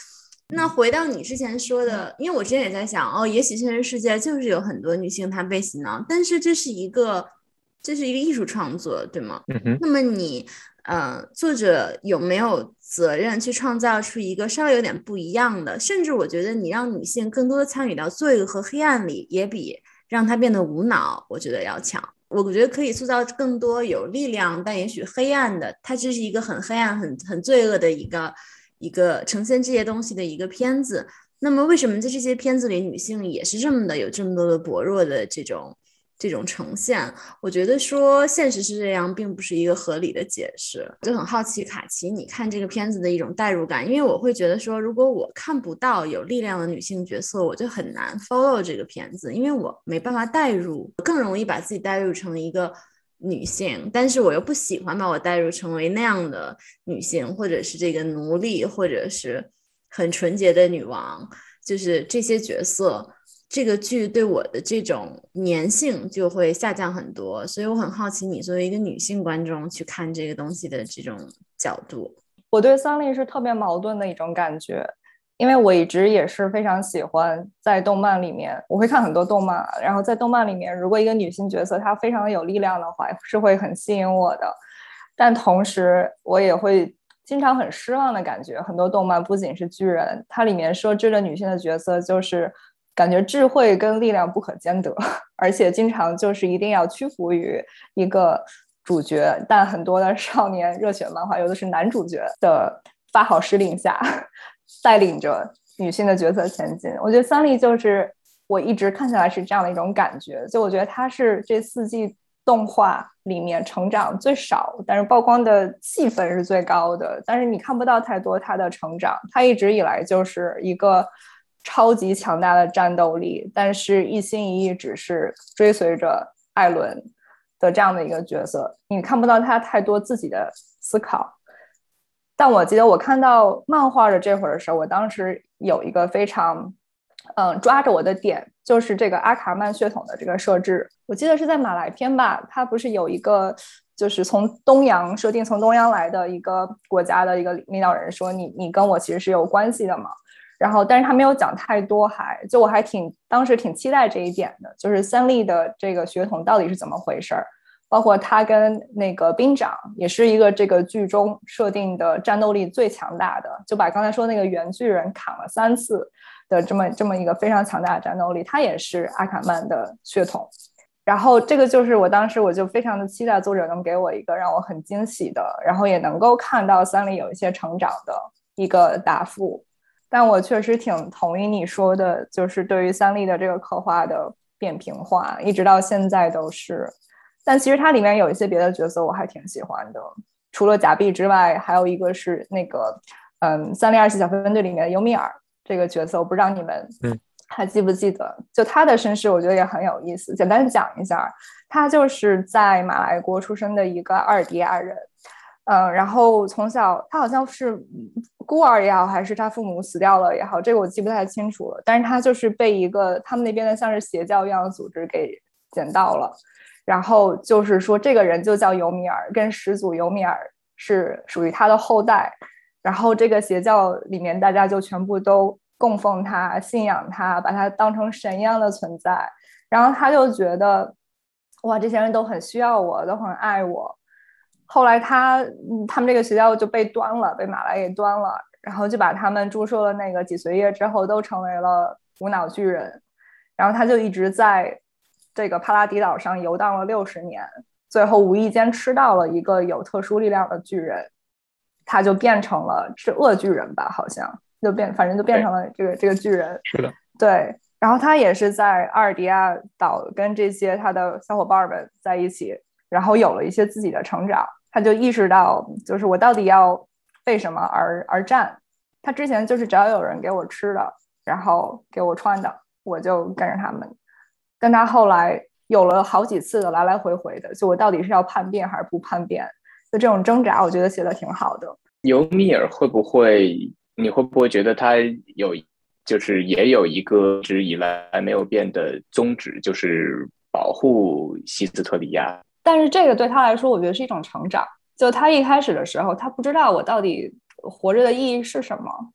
那回到你之前说的，因为我之前也在想，哦，也许现实世界就是有很多女性她被洗脑，但是这是一个这是一个艺术创作，对吗？ 嗯哼。 那么你呃，作者有没有责任去创造出一个稍微有点不一样的，甚至我觉得你让女性更多的参与到罪恶和黑暗里，也比让她变得无脑我觉得要强。我觉得可以塑造更多有力量但也许黑暗的，它这是一个很黑暗很很罪恶的一个一个呈现这些东西的一个片子。那么为什么在这些片子里女性也是这么的有这么多的薄弱的这种这种呈现？我觉得说现实是这样并不是一个合理的解释。我就很好奇卡奇你看这个片子的一种代入感，因为我会觉得说如果我看不到有力量的女性角色，我就很难 follow 这个片子，因为我没办法代入，更容易把自己代入成一个女性，但是我又不喜欢把我代入成为那样的女性，或者是这个奴隶，或者是很纯洁的女王，就是这些角色，这个剧对我的这种粘性就会下降很多。所以我很好奇你作为一个女性观众去看这个东西的这种角度。 我对桑利是特别矛盾的一种感觉，因为我一直也是非常喜欢在动漫里面，我会看很多动漫，然后在动漫里面如果一个女性角色她非常的有力量的话，是会很吸引我的。但同时我也会经常很失望的感觉，很多动漫不仅是巨人，它里面设置的女性的角色就是感觉智慧跟力量不可兼得，而且经常就是一定要屈服于一个主角，但很多的少年热血漫画有的是男主角的发号施令下带领着女性的角色前进。我觉得桑利就是我一直看起来是这样的一种感觉，就我觉得他是这四季动画里面成长最少，但是曝光的戏份是最高的，但是你看不到太多他的成长。他一直以来就是一个超级强大的战斗力，但是一心一意只是追随着艾伦的这样的一个角色，你看不到他太多自己的思考。但我记得我看到漫画的这会儿的时候，我当时有一个非常嗯抓着我的点，就是这个阿卡曼血统的这个设置。我记得是在马来篇吧，它不是有一个就是从东洋设定从东洋来的一个国家的一个领导人说你你跟我其实是有关系的嘛，然后但是他没有讲太多，还就我还挺当时挺期待这一点的，就是三笠的这个血统到底是怎么回事，包括他跟那个兵长也是一个这个剧中设定的战斗力最强大的，就把刚才说那个原巨人砍了三次的这么这么一个非常强大的战斗力，他也是阿卡曼的血统。然后这个就是我当时我就非常的期待作者能给我一个让我很惊喜的，然后也能够看到三笠有一些成长的一个答复。但我确实挺同意你说的，就是对于三笠的这个刻画的扁平化一直到现在都是。但其实它里面有一些别的角色我还挺喜欢的，除了假币之外，还有一个是那个嗯三零二七小分队里面的尤米尔这个角色，我不知道你们还记不记得、嗯、就他的身世我觉得也很有意思，简单讲一下。他就是在马来国出生的一个阿尔迪亚人，嗯，然后从小他好像是孤儿也好，还是他父母死掉了也好，这个我记不太清楚了，但是他就是被一个他们那边的像是邪教一样的组织给捡到了，然后就是说这个人就叫尤米尔，跟始祖尤米尔是属于他的后代，然后这个邪教里面大家就全部都供奉他，信仰他，把他当成神一样的存在，然后他就觉得哇这些人都很需要我，都很爱我。后来他他们这个学校就被端了，被马来给端了，然后就把他们注射了那个脊髓液之后都成为了无脑巨人，然后他就一直在这个帕拉迪岛上游荡了六十年，最后无意间吃到了一个有特殊力量的巨人，他就变成了是恶巨人吧，好像就变反正就变成了这个这个巨人。 是的， 对。然后他也是在阿尔迪亚岛跟这些他的小伙伴们在一起，然后有了一些自己的成长，他就意识到就是我到底要为什么而而战。他之前就是只要有人给我吃的，然后给我穿的，我就跟着他们。但他后来有了好几次的来来回回的，就我到底是要叛变还是不叛变，就这种挣扎我觉得写得挺好的。 尤米尔会不会你会不会觉得他有就是也有一个一直以来没有变的宗旨，就是保护希斯特里亚？ 但是这个对他来说我觉得是一种成长，就他一开始的时候他不知道我到底活着的意义是什么，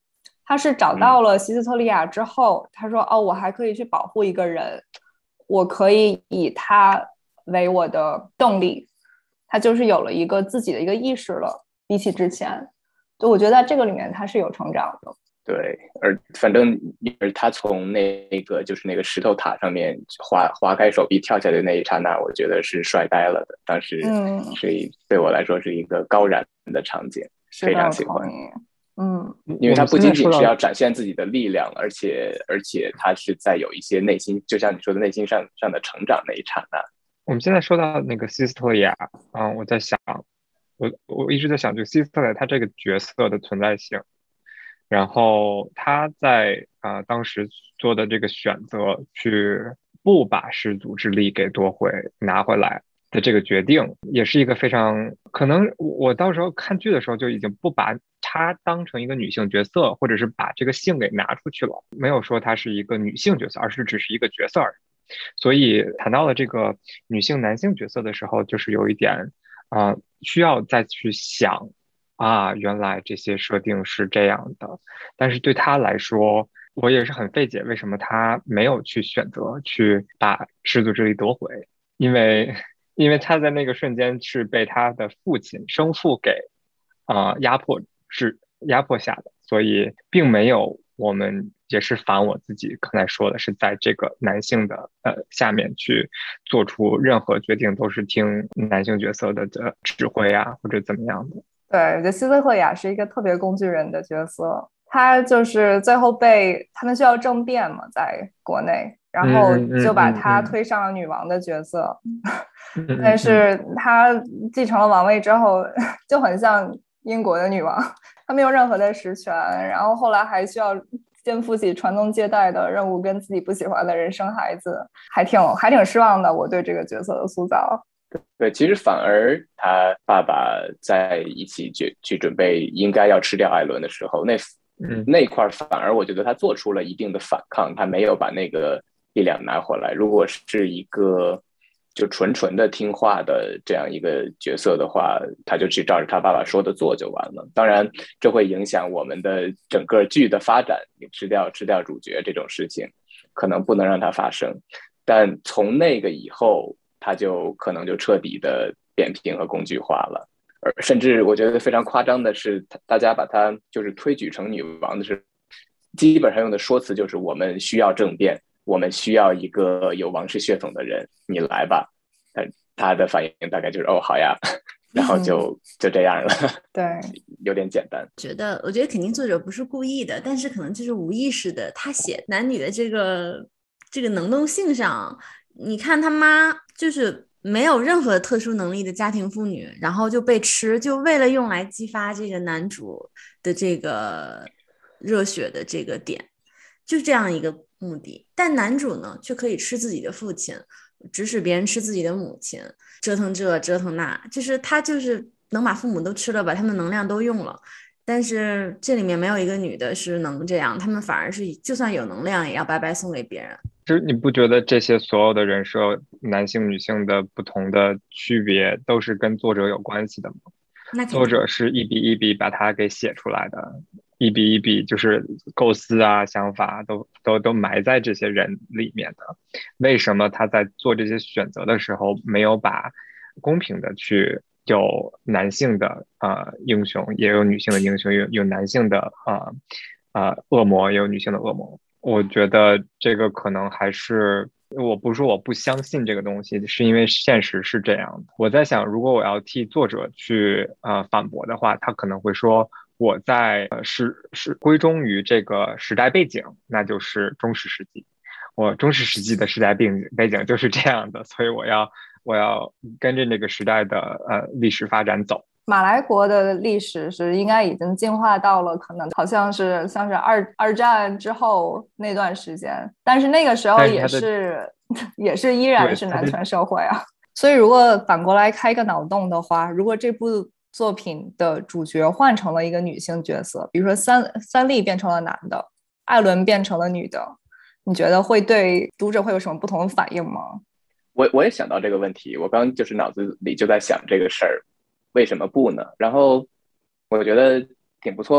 他是找到了西斯特利亚之后，嗯、他说哦，我还可以去保护一个人，我可以以他为我的动力，他就是有了一个自己的一个意识了，比起之前，对，我觉得在这个里面他是有成长的。 对，而反正而他从那个就是那个石头塔上面划划开手臂跳下来的那一刹那，我觉得是帅呆了的。当时是对我来说是一个高燃的场景， 嗯、 非常喜欢。 嗯， 因为他不仅仅是要展现自己的力量，而且而且他是在有一些内心，就像你说的内心上上的成长那一刹那。 我们现在说到那个西斯特利亚，嗯，我在想，我我一直在想，就西斯特利亚他这个角色的存在性。然后他在啊、呃、当时做的这个选择，去不把氏族之力给夺回拿回来的这个决定，也是一个非常可能我到时候看剧的时候就已经不把她当成一个女性角色，或者是把这个性给拿出去了，没有说她是一个女性角色，而是只是一个角色而已。所以谈到了这个女性男性角色的时候，就是有一点啊、呃、需要再去想。啊，原来这些设定是这样的，但是对他来说，我也是很费解，为什么他没有去选择去把氏族之力夺回？因为，因为他在那个瞬间是被他的父亲生父给啊、呃、压迫是压迫下的，所以并没有我们也是反我自己刚才说的是在这个男性的呃下面去做出任何决定都是听男性角色的的指挥啊或者怎么样的。 对，我觉得西斯特雅是一个特别工具人的角色，他就是最后被他们需要政变嘛，在国内，然后就把他推上了女王的角色， 嗯嗯嗯、 但是他继承了王位之后，就很像英国的女王，他没有任何的实权，然后后来还需要肩负起传宗接代的任务，跟自己不喜欢的人生孩子，还挺还挺失望的。我对这个角色的塑造。 对，其实反而他爸爸在一起去去准备应该要吃掉艾伦的时候，那那块反而我觉得他做出了一定的反抗，他没有把那个力量拿回来。如果是一个就纯纯的听话的这样一个角色的话，他就去照着他爸爸说的做就完了。当然，这会影响我们的整个剧的发展，吃掉吃掉主角这种事情，可能不能让它发生。但从那个以后，他就可能就彻底的扁平和工具化了，而甚至我觉得非常夸张的是，大家把他就是推举成女王的是，基本上用的说辞就是我们需要政变，我们需要一个有王室血统的人，你来吧。但他的反应大概就是哦好呀，然后就、嗯、就这样了。 对， 有点简单。 觉得我觉得肯定作者不是故意的，但是可能就是无意识的，他写男女的这个这个能动性上。你看他妈就是没有任何特殊能力的家庭妇女，然后就被吃，就为了用来激发这个男主的这个热血的这个点，就这样一个目的。但男主呢却可以吃自己的父亲，指使别人吃自己的母亲，折腾这折腾那，就是他就是能把父母都吃了，把他们能量都用了。但是这里面没有一个女的是能这样，他们反而是就算有能量也要白白送给别人。 其实你不觉得这些所有的人设男性女性的不同的区别都是跟作者有关系的吗？ 那作者是一笔一笔把它给写出来的，一笔一笔就是构思啊想法都都都埋在这些人里面的。为什么他在做这些选择的时候没有把公平的去有男性的呃英雄，也有女性的英雄，有有男性的呃呃恶魔，也有女性的恶魔？我觉得这个可能还是，我不是说我不相信这个东西，是因为现实是这样的。我在想，如果我要替作者去呃反驳的话，他可能会说我在呃是是归忠于这个时代背景，那就是中世世纪。我中世世纪的时代背景背景就是这样的，所以我要我要跟着那个时代的呃历史发展走。 马来国的历史是应该已经进化到了可能好像是像是二二战之后那段时间，但是那个时候也是, 是也是依然是男权社会啊。所以如果反过来开个脑洞的话，如果这部作品的主角换成了一个女性角色，比如说三三笠变成了男的，艾伦变成了女的，你觉得会对读者会有什么不同的反应吗？ 我我也想到这个问题，我刚就是脑子里就在想这个事儿。为什么不呢？然后我觉得挺不错的，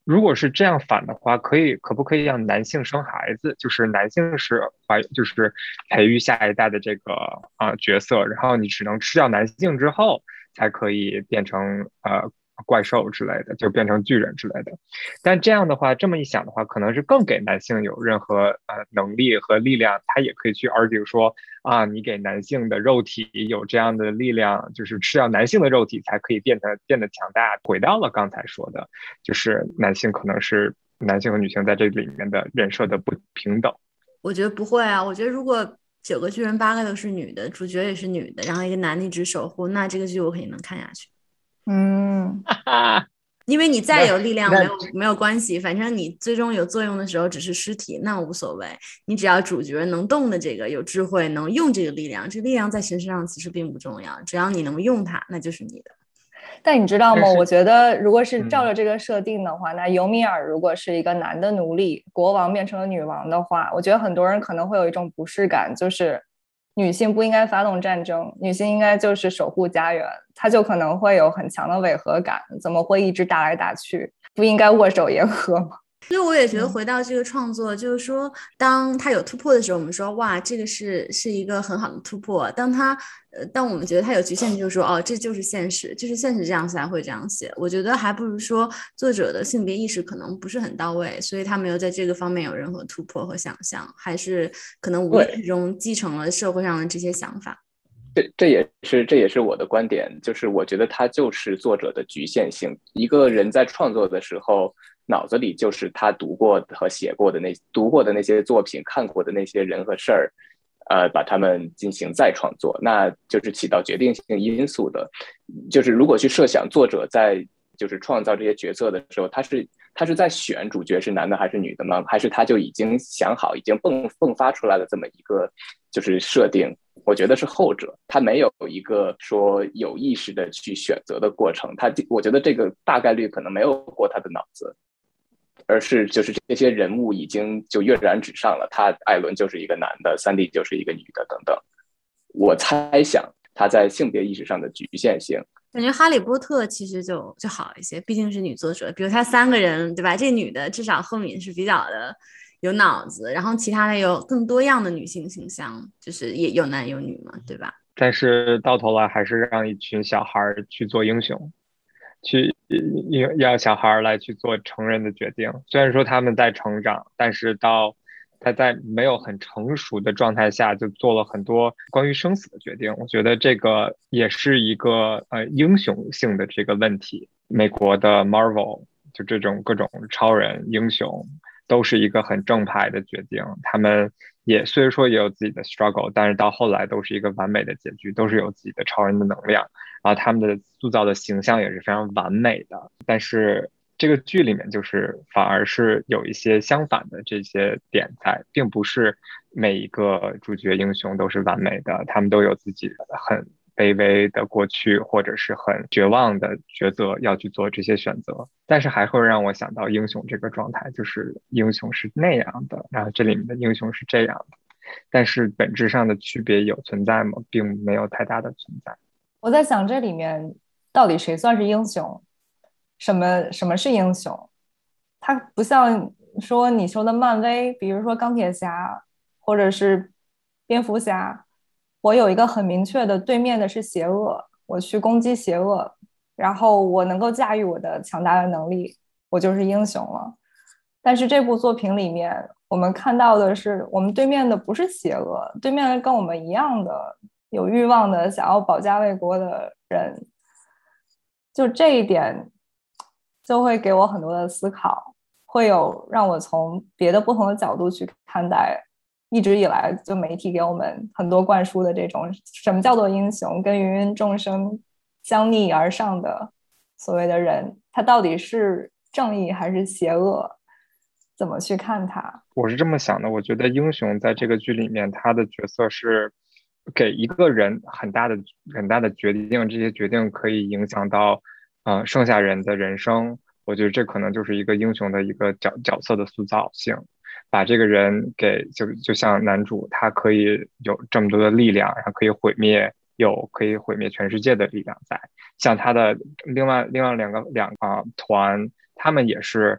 如果是这样反的话，可以可不可以让男性生孩子？就是男性是怀，就是培育下一代的这个啊、呃、角色，然后你只能吃掉男性之后，才可以变成呃怪兽之类的，就变成巨人之类的。但这样的话，这么一想的话，可能是更给男性有任何呃能力和力量，他也可以去 argue 说啊，你给男性的肉体有这样的力量，就是吃掉男性的肉体才可以变得变得强大。回到了刚才说的，就是男性可能是男性和女性在这里面的人设的不平等。 我觉得不会啊，我觉得如果九个巨人八个都是女的，主角也是女的，然后一个男的一直守护，那这个剧我肯定能看下去。 嗯， 因为你再有力量没有没有关系，反正你最终有作用的时候只是尸体，那无所谓。你只要主角能动的这个有智慧，能用这个力量，这力量在身上其实并不重要，只要你能用它，那就是你的。 但你知道吗？我觉得如果是照着这个设定的话， 嗯、 那尤米尔如果是一个男的奴隶，国王变成了女王的话，我觉得很多人可能会有一种不适感，就是女性不应该发动战争，女性应该就是守护家园，她就可能会有很强的违和感，怎么会一直打来打去？不应该握手言和吗？ 所以我也觉得回到这个创作、嗯、就是说当他有突破的时候，我们说哇这个是是一个很好的突破，当他呃当我们觉得他有局限，就是说哦这就是现实，就是现实这样才会这样写。我觉得还不如说作者的性别意识可能不是很到位，所以他没有在这个方面有任何突破和想象，还是可能无意之中继承了社会上的这些想法。 这这也是这也是我的观点，就是我觉得它就是作者的局限性。一个人在创作的时候，脑子里就是他读过和写过的那读过的那些作品，看过的那些人和事儿，呃，把他们进行再创作，那就是起到决定性因素的。就是如果去设想作者在就是创造这些角色的时候，他是他是在选主角是男的还是女的吗？还是他就已经想好，已经迸迸发出来的这么一个就是设定？我觉得是后者，他没有一个说有意识的去选择的过程，他我觉得这个大概率可能没有过他的脑子，而是就是这些人物已经就跃然纸上了，他艾伦就是一个男的，三弟就是一个女的等等。我猜想他在性别意识上的局限性， 感觉哈利波特其实就就好一些，毕竟是女作者，比如他三个人对吧，这女的至少后面是比较的有脑子，然后其他的有更多样的女性形象，就是也有男有女嘛，对吧？ 但是到头来还是让一群小孩去做英雄，去让小孩来去做成人的决定。虽然说他们在成长，但是到他在没有很成熟的状态下就做了很多关于生死的决定。我觉得这个也是一个呃英雄性的这个问题。美国的 Marvel 就这种各种超人英雄都是一个很正派的决定，他们也虽然说也有自己的 struggle， 但是到后来都是一个完美的结局，都是有自己的超人的能量，然后他们的塑造的形象也是非常完美的。但是这个剧里面就是反而是有一些相反的这些点在，并不是每一个主角英雄都是完美的，他们都有自己很卑微的过去，或者是很绝望的抉择要去做这些选择。但是还会让我想到英雄这个状态，就是英雄是那样的，然后这里面的英雄是这样的，但是本质上的区别有存在吗？并没有太大的存在。 我在想这里面到底谁算是英雄，什么什么是英雄？它不像说你说的漫威，比如说钢铁侠或者是蝙蝠侠，我有一个很明确的对面的是邪恶，我去攻击邪恶，然后我能够驾驭我的强大的能力，我就是英雄了。但是这部作品里面我们看到的是我们对面的不是邪恶，对面跟我们一样的有欲望的想要保家卫国的人，就这一点就会给我很多的思考，会有让我从别的不同的角度去看待一直以来就媒体给我们很多灌输的这种什么叫做英雄，跟芸芸众生相逆而上的所谓的人，他到底是正义还是邪恶，怎么去看他？ 我是这么想的，我觉得英雄在这个剧里面他的角色是给一个人很大的很大的决定，这些决定可以影响到呃剩下人的人生。我觉得这可能就是一个英雄的一个角角色的塑造性，把这个人给就就像男主，他可以有这么多的力量，然后可以毁灭，有可以毁灭全世界的力量在。像他的另外另外两个两个、呃、团，他们也是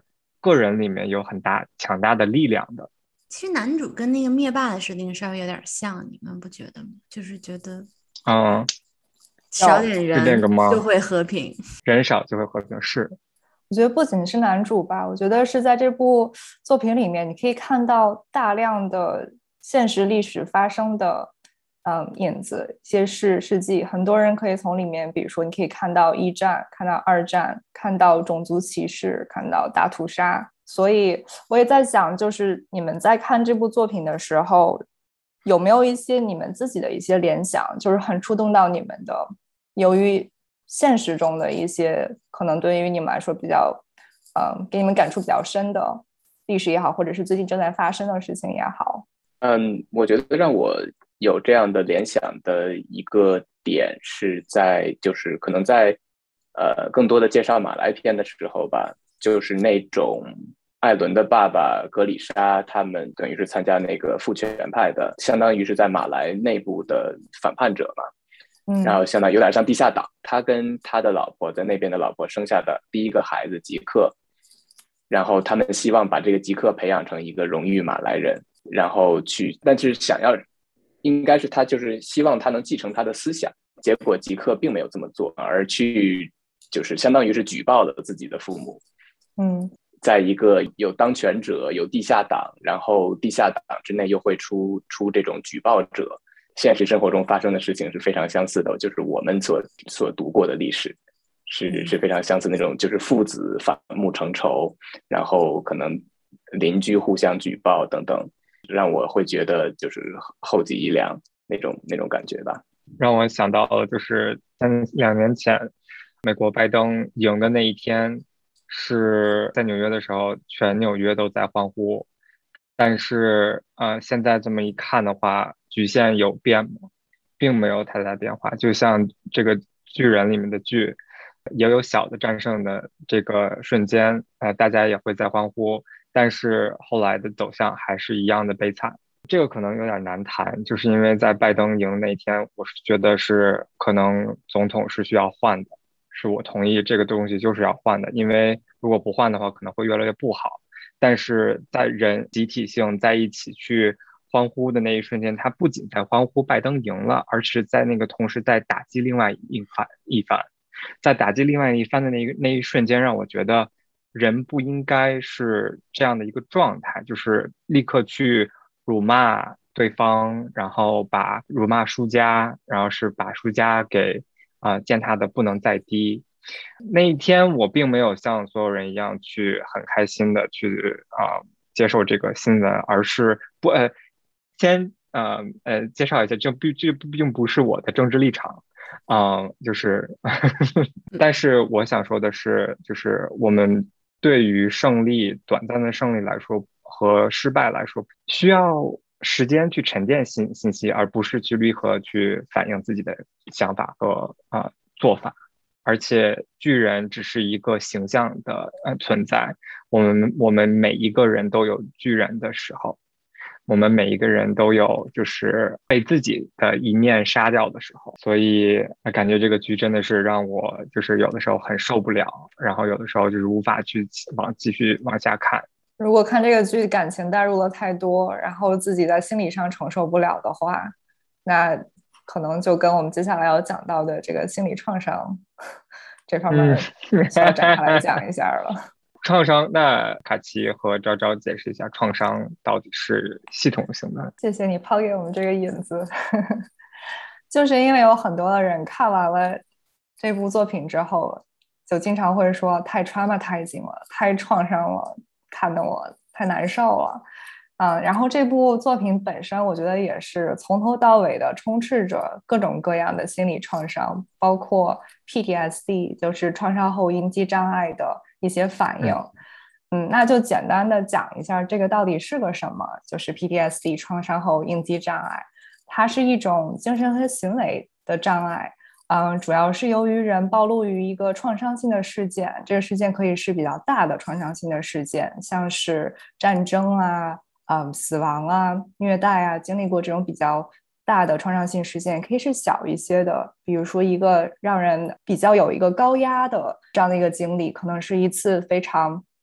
个人里面有很大强大的力量的。 其实男主跟那个灭霸的设定稍微有点像，你们不觉得吗？就是觉得嗯， 少点人就会和平， 人少就会和平。是， 我觉得不仅是男主吧，我觉得是在这部作品里面，你可以看到大量的现实历史发生的嗯影子，一些事事迹，很多人可以从里面，比如说你可以看到一战，看到二战，看到种族歧视，看到大屠杀。所以我也在想，就是你们在看这部作品的时候，有没有一些你们自己的一些联想，就是很触动到你们的，由于现实中的一些可能对于你们来说比较嗯，给你们感触比较深的历史也好，或者是最近正在发生的事情也好。 嗯，我觉得让我有这样的联想的一个点是在，就是可能在呃更多的介绍马来片的时候吧，就是那种艾伦的爸爸格里沙他们等于是参加那个父权派的，相当于是在马来内部的反叛者嘛。 嗯， 然后相当于有点像地下党，他跟他的老婆在那边的老婆生下的第一个孩子吉克，然后他们希望把这个吉克培养成一个荣誉马来人，然后去，但是想要应该是他就是希望他能继承他的思想，结果吉克并没有这么做，而去就是相当于是举报了自己的父母。 嗯， 在一个有当权者有地下党，然后地下党之内又会出出这种举报者，现实生活中发生的事情是非常相似的，就是我们所所读过的历史是是非常相似那种，就是父子反目成仇，然后可能邻居互相举报等等，让我会觉得就是后脊一凉那种那种感觉吧。 让我想到了就是三两年前美国拜登赢的那一天，是在纽约的时候，全纽约都在欢呼。但是呃，现在这么一看的话，局限有变吗？并没有太大变化。就像这个巨人里面的巨，也有小的战胜的这个瞬间，呃，大家也会在欢呼，但是后来的走向还是一样的悲惨。这个可能有点难谈，就是因为在拜登赢那天，我是觉得是可能总统是需要换的，是我同意这个东西就是要换的，因为如果不换的话，可能会越来越不好。但是在人集体性在一起去欢呼的那一瞬间，他不仅在欢呼拜登赢了，而是在那个同时在打击另外一番一番，在打击另外一番的那一那一瞬间，让我觉得人不应该是这样的一个状态，就是立刻去辱骂对方，然后把辱骂输家，然后是把输家给啊、呃、践踏的不能再低。那一天我并没有像所有人一样去很开心的去啊、呃、接受这个新闻，而是不呃先呃呃介绍一下，这并这并不是我的政治立场，嗯、呃，就是但是我想说的是，就是我们对于胜利短暂的胜利来说和失败来说，需要时间去沉淀信信息，而不是去立刻去反映自己的想法和啊、呃、做法。而且巨人只是一个形象的呃存在，我们我们每一个人都有巨人的时候，我们每一个人都有就是被自己的一面杀掉的时候，所以感觉这个剧真的是让我就是有的时候很受不了，然后有的时候就是无法去往继续往下看。 如果看这个剧感情带入了太多，然后自己在心理上承受不了的话，那可能就跟我们接下来要讲到的这个心理创伤这方面需要展开来讲一下了。嗯、 创伤，那卡奇和昭昭解释一下创伤到底是系统性的。 谢谢你抛给我们这个引子。就是因为有很多的人看完了这部作品之后，就经常会说太 traumatizing 了，太创伤了，看得我太难受了。嗯，然后这部作品本身我觉得也是从头到尾的充斥着各种各样的心理创伤，包括 P T S D 就是创伤后应激障碍的一些反应。嗯，那就简单的讲一下这个到底是个什么，就是 P T S D 创伤后应激障碍。它是一种精神和行为的障碍，嗯，主要是由于人暴露于一个创伤性的事件，这个事件可以是比较大的创伤性的事件，像是战争啊嗯，死亡啊、虐待啊，经历过这种比较大的创伤性事件，可以是小一些的，比如说一个让人比较有一个高压的这样的一个经历，可能是一次非常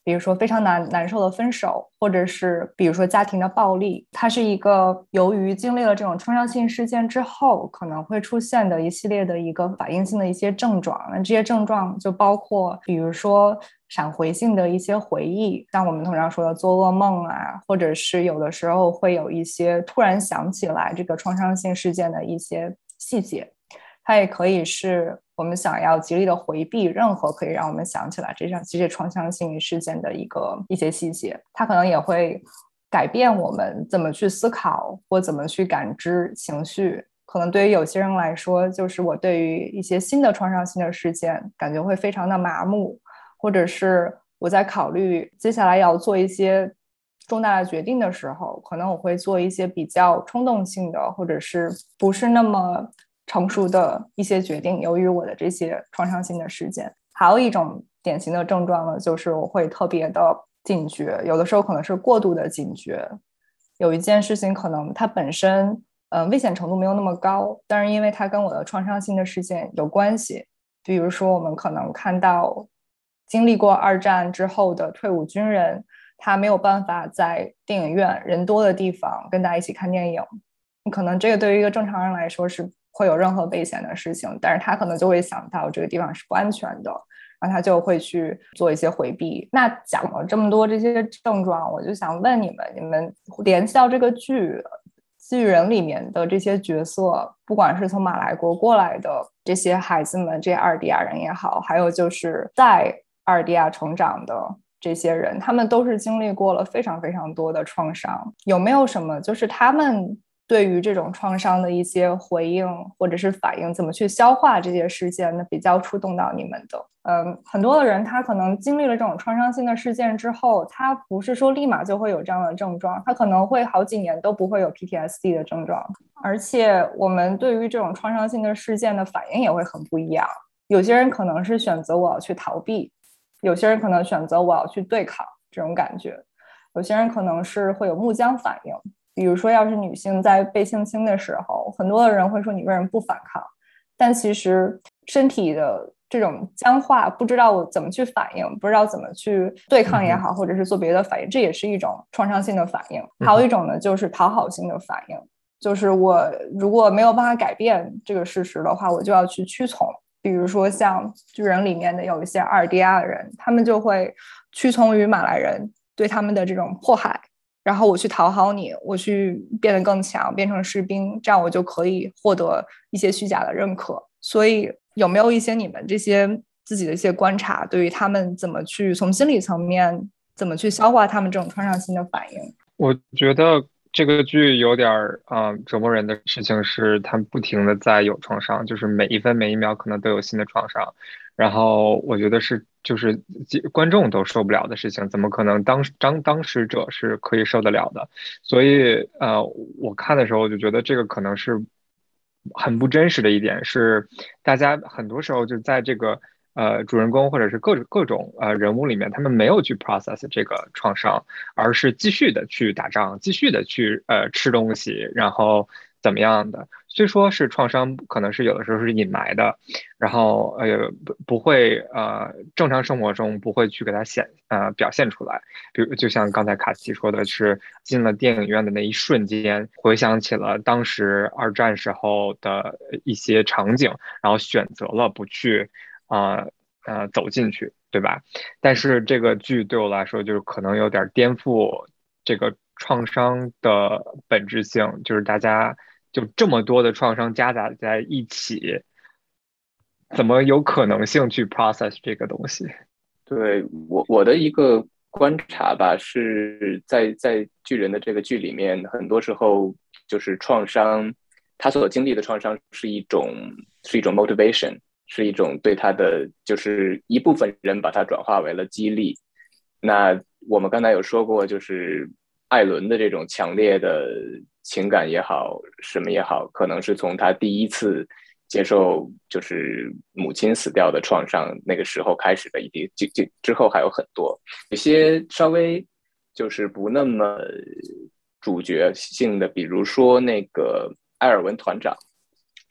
比如说非常难难受的分手，或者是比如说家庭的暴力，它是一个由于经历了这种创伤性事件之后可能会出现的一系列的一个反应性的一些症状。那这些症状就包括比如说闪回性的一些回忆，像我们通常说的做噩梦啊，或者是有的时候会有一些突然想起来这个创伤性事件的一些细节。它也可以是我们想要极力的回避任何可以让我们想起来这这些创伤性事件的一个一些细节。它可能也会改变我们怎么去思考或怎么去感知情绪。可能对于有些人来说，就是我对于一些新的创伤性的事件感觉会非常的麻木，或者是我在考虑接下来要做一些重大的决定的时候，可能我会做一些比较冲动性的，或者是不是那么成熟的一些决定，由于我的这些创伤性的事件。还有一种典型的症状呢，就是我会特别的警觉，有的时候可能是过度的警觉。有一件事情可能它本身呃危险程度没有那么高，但是因为它跟我的创伤性的事件有关系，比如说我们可能看到经历过二战之后的退伍军人，他没有办法在电影院人多的地方跟大家一起看电影，可能这个对于一个正常人来说是会有任何危险的事情，但是他可能就会想到这个地方是不安全的，然后他就会去做一些回避。那讲了这么多这些症状，我就想问你们，你们联系到这个剧巨人里面的这些角色，不管是从马来国过来的这些孩子们，这些阿尔迪亚人也好，还有就是在阿尔迪亚成长的这些人，他们都是经历过了非常非常多的创伤。有没有什么就是他们对于这种创伤的一些回应或者是反应，怎么去消化这些事件呢？比较触动到你们的。嗯，很多的人他可能经历了这种创伤性的事件之后，他不是说立马就会有这样的症状，他可能会好几年都不会有 P T S D 的症状。而且我们对于这种创伤性的事件的反应也会很不一样。有些人可能是选择我要去逃避，有些人可能选择我要去对抗这种感觉，有些人可能是会有木僵反应。比如说要是女性在被性侵的时候，很多的人会说你为什么不反抗，但其实身体的这种僵化，不知道怎么去反应，不知道怎么去对抗也好，或者是做别的反应，这也是一种创伤性的反应。还有一种呢，就是讨好性的反应，就是我如果没有办法改变这个事实的话，我就要去屈从。比如说像巨人里面的有一些阿尔迪亚的人，他们就会屈从于马来人对他们的这种迫害，然后我去讨好你，我去变得更强，变成士兵，这样我就可以获得一些虚假的认可。所以有没有一些你们这些自己的一些观察，对于他们怎么去从心理层面怎么去消化他们这种创伤性的反应？ 我觉得这个剧有点啊、呃、折磨人的事情是，他们不停的在有创伤，就是每一分每一秒可能都有新的创伤，然后我觉得是就是观众都受不了的事情，怎么可能当当当事者是可以受得了的？所以呃，我看的时候我就觉得这个可能是很不真实的一点，是大家很多时候就在这个。呃，主人公或者是各种各种呃人物里面，他们没有去 process 这个创伤，而是继续的去打仗，继续的去呃吃东西，然后怎么样的？虽说是创伤，可能是有的时候是隐埋的，然后呃不不会呃正常生活中不会去给它显呃表现出来。比如就像刚才卡西说的是，进了电影院的那一瞬间，回想起了当时二战时候的一些场景，然后选择了不去。啊 呃, 呃走进去，对吧？但是这个剧对我来说，就是可能有点颠覆这个创伤的本质性，就是大家就这么多的创伤夹杂在一起，怎么有可能性去 process 这个东西？ 对我我的一个观察吧，是在在巨人的这个剧里面，很多时候就是创伤，他所经历的创伤是一种是一种 motivation。是一种对他的，就是一部分人把它转化为了激励。那我们刚才有说过，就是艾伦的这种强烈的情感也好，什么也好，可能是从他第一次接受就是母亲死掉的创伤那个时候开始的，一定就就之后还有很多，有些稍微就是不那么主角性的，比如说那个埃尔文团长。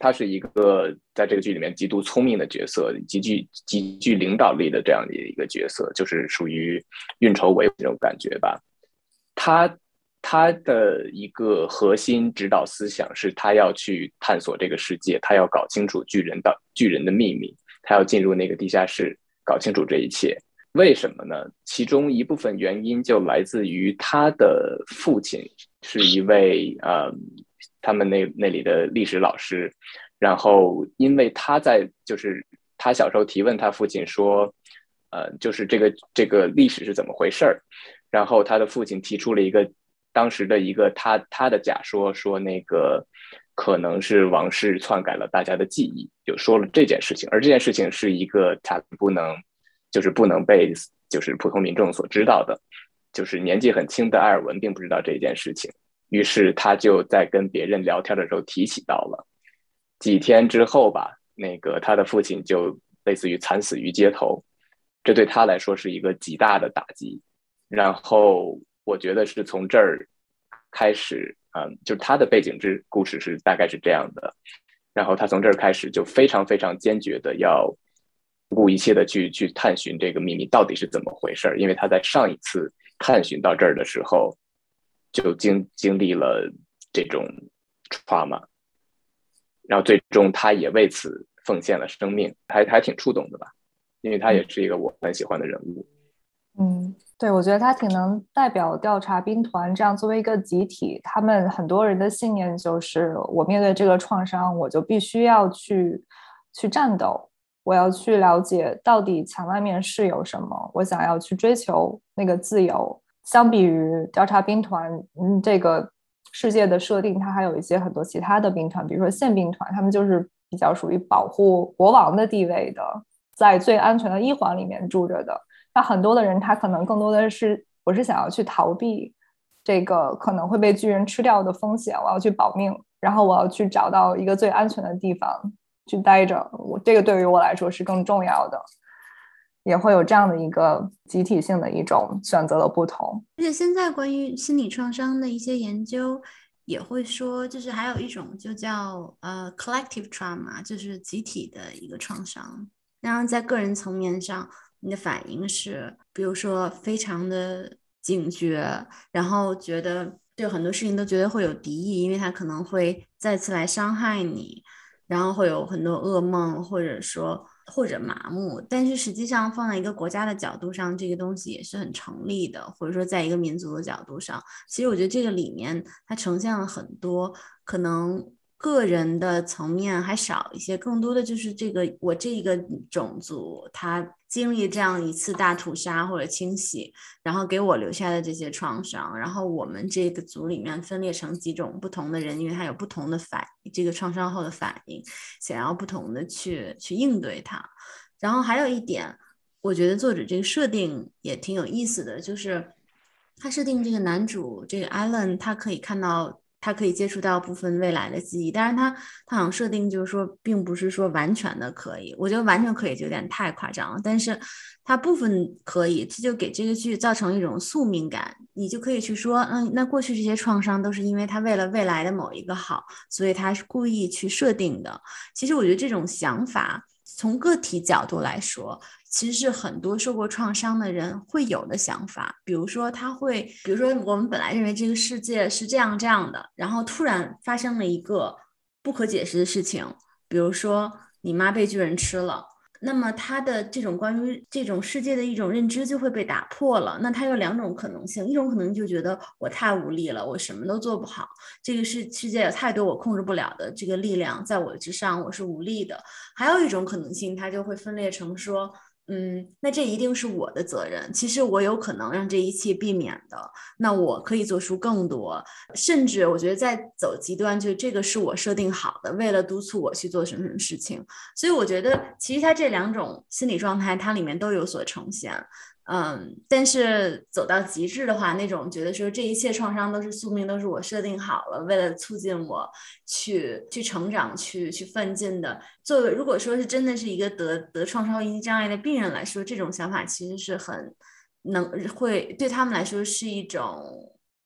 他是一个在这个剧里面极度聪明的角色，极具极具领导力的这样的一个角色，就是属于运筹帷幄这种感觉吧。他他的一个核心指导思想是，他要去探索这个世界，他要搞清楚巨人的巨人的秘密，他要进入那个地下室，搞清楚这一切。为什么呢？其中一部分原因就来自于他的父亲是一位呃，他们那那里的历史老师，然后因为他在就是他小时候提问他父亲说，呃，就是这个这个历史是怎么回事儿，然后他的父亲提出了一个当时的一个他他的假说，说那个可能是王室篡改了大家的记忆，就说了这件事情，而这件事情是一个他不能。就是不能被就是普通民众所知道的，就是年纪很轻的埃尔文并不知道这件事情，于是他就在跟别人聊天的时候提起到了。几天之后吧，那个他的父亲就类似于惨死于街头，这对他来说是一个极大的打击。然后我觉得是从这儿开始，嗯，就是他的背景之故事是大概是这样的，然后他从这儿开始就非常非常坚决的要不顾一切的去去探寻这个秘密到底是怎么回事，因为他在上一次探寻到这儿的时候就经经历了这种 trauma， 然后最终他也为此奉献了生命，还还挺触动的吧，因为他也是一个我很喜欢的人物。 嗯，对，我觉得他挺能代表调查兵团这样作为一个集体，他们很多人的信念就是我面对这个创伤，我就必须要去去战斗，我要去了解到底墙外面是有什么，我想要去追求那个自由。相比于调查兵团，嗯，这个世界的设定，它还有一些很多其他的兵团，比如说宪兵团，他们就是比较属于保护国王的地位的，在最安全的一环里面住着的。那很多的人他可能更多的是我是想要去逃避这个可能会被巨人吃掉的风险，我要去保命，然后我要去找到一个最安全的地方去待着，我这个对于我来说是更重要的，也会有这样的一个集体性的一种选择的不同。 而且现在关于心理创伤的一些研究也会说，就是还有一种就叫呃 collective trauma， 就是集体的一个创伤，然后在个人层面上你的反应是比如说非常的警觉，然后觉得对很多事情都觉得会有敌意，因为他可能会再次来伤害你，然后会有很多噩梦，或者说或者麻木。但是实际上放在一个国家的角度上，这个东西也是很成立的，或者说在一个民族的角度上，其实我觉得这个里面它呈现了很多可能个人的层面还少一些，更多的就是这个我这个种族它经历这样一次大屠杀或者清洗，然后给我留下的这些创伤，然后我们这个组里面分裂成几种不同的人，因为它有不同的反这个创伤后的反应，想要不同的去去应对它。然后还有一点我觉得作者这个设定也挺有意思的，就是他设定这个男主这个 Alan 他可以看到他可以接触到部分未来的记忆，但是他他好像设定就是说并不是说完全的可以，我觉得完全可以就有点太夸张了，但是他部分可以，这就给这个剧造成一种宿命感，你就可以去说嗯，那过去这些创伤都是因为他为了未来的某一个好，所以他是故意去设定的。其实我觉得这种想法从个体角度来说其实是很多受过创伤的人会有的想法，比如说他会比如说我们本来认为这个世界是这样这样的，然后突然发生了一个不可解释的事情，比如说你妈被巨人吃了，那么他的这种关于这种世界的一种认知就会被打破了。那他有两种可能性，一种可能就觉得我太无力了，我什么都做不好，这个世世界有太多我控制不了的这个力量在我之上，我是无力的。还有一种可能性，他就会分裂成说嗯，那这一定是我的责任，其实我有可能让这一切避免的，那我可以做出更多，甚至我觉得在走极端，就这个是我设定好的，为了督促我去做什么什么事情。所以我觉得其实它这两种心理状态它里面都有所呈现。嗯，但是走到极致的话，那种觉得说这一切创伤都是宿命，都是我设定好了，为了促进我去去成长，去去奋进的。作为如果说是真的是一个得得创伤后应激障碍的病人来说，这种想法其实是很能会对他们来说是一种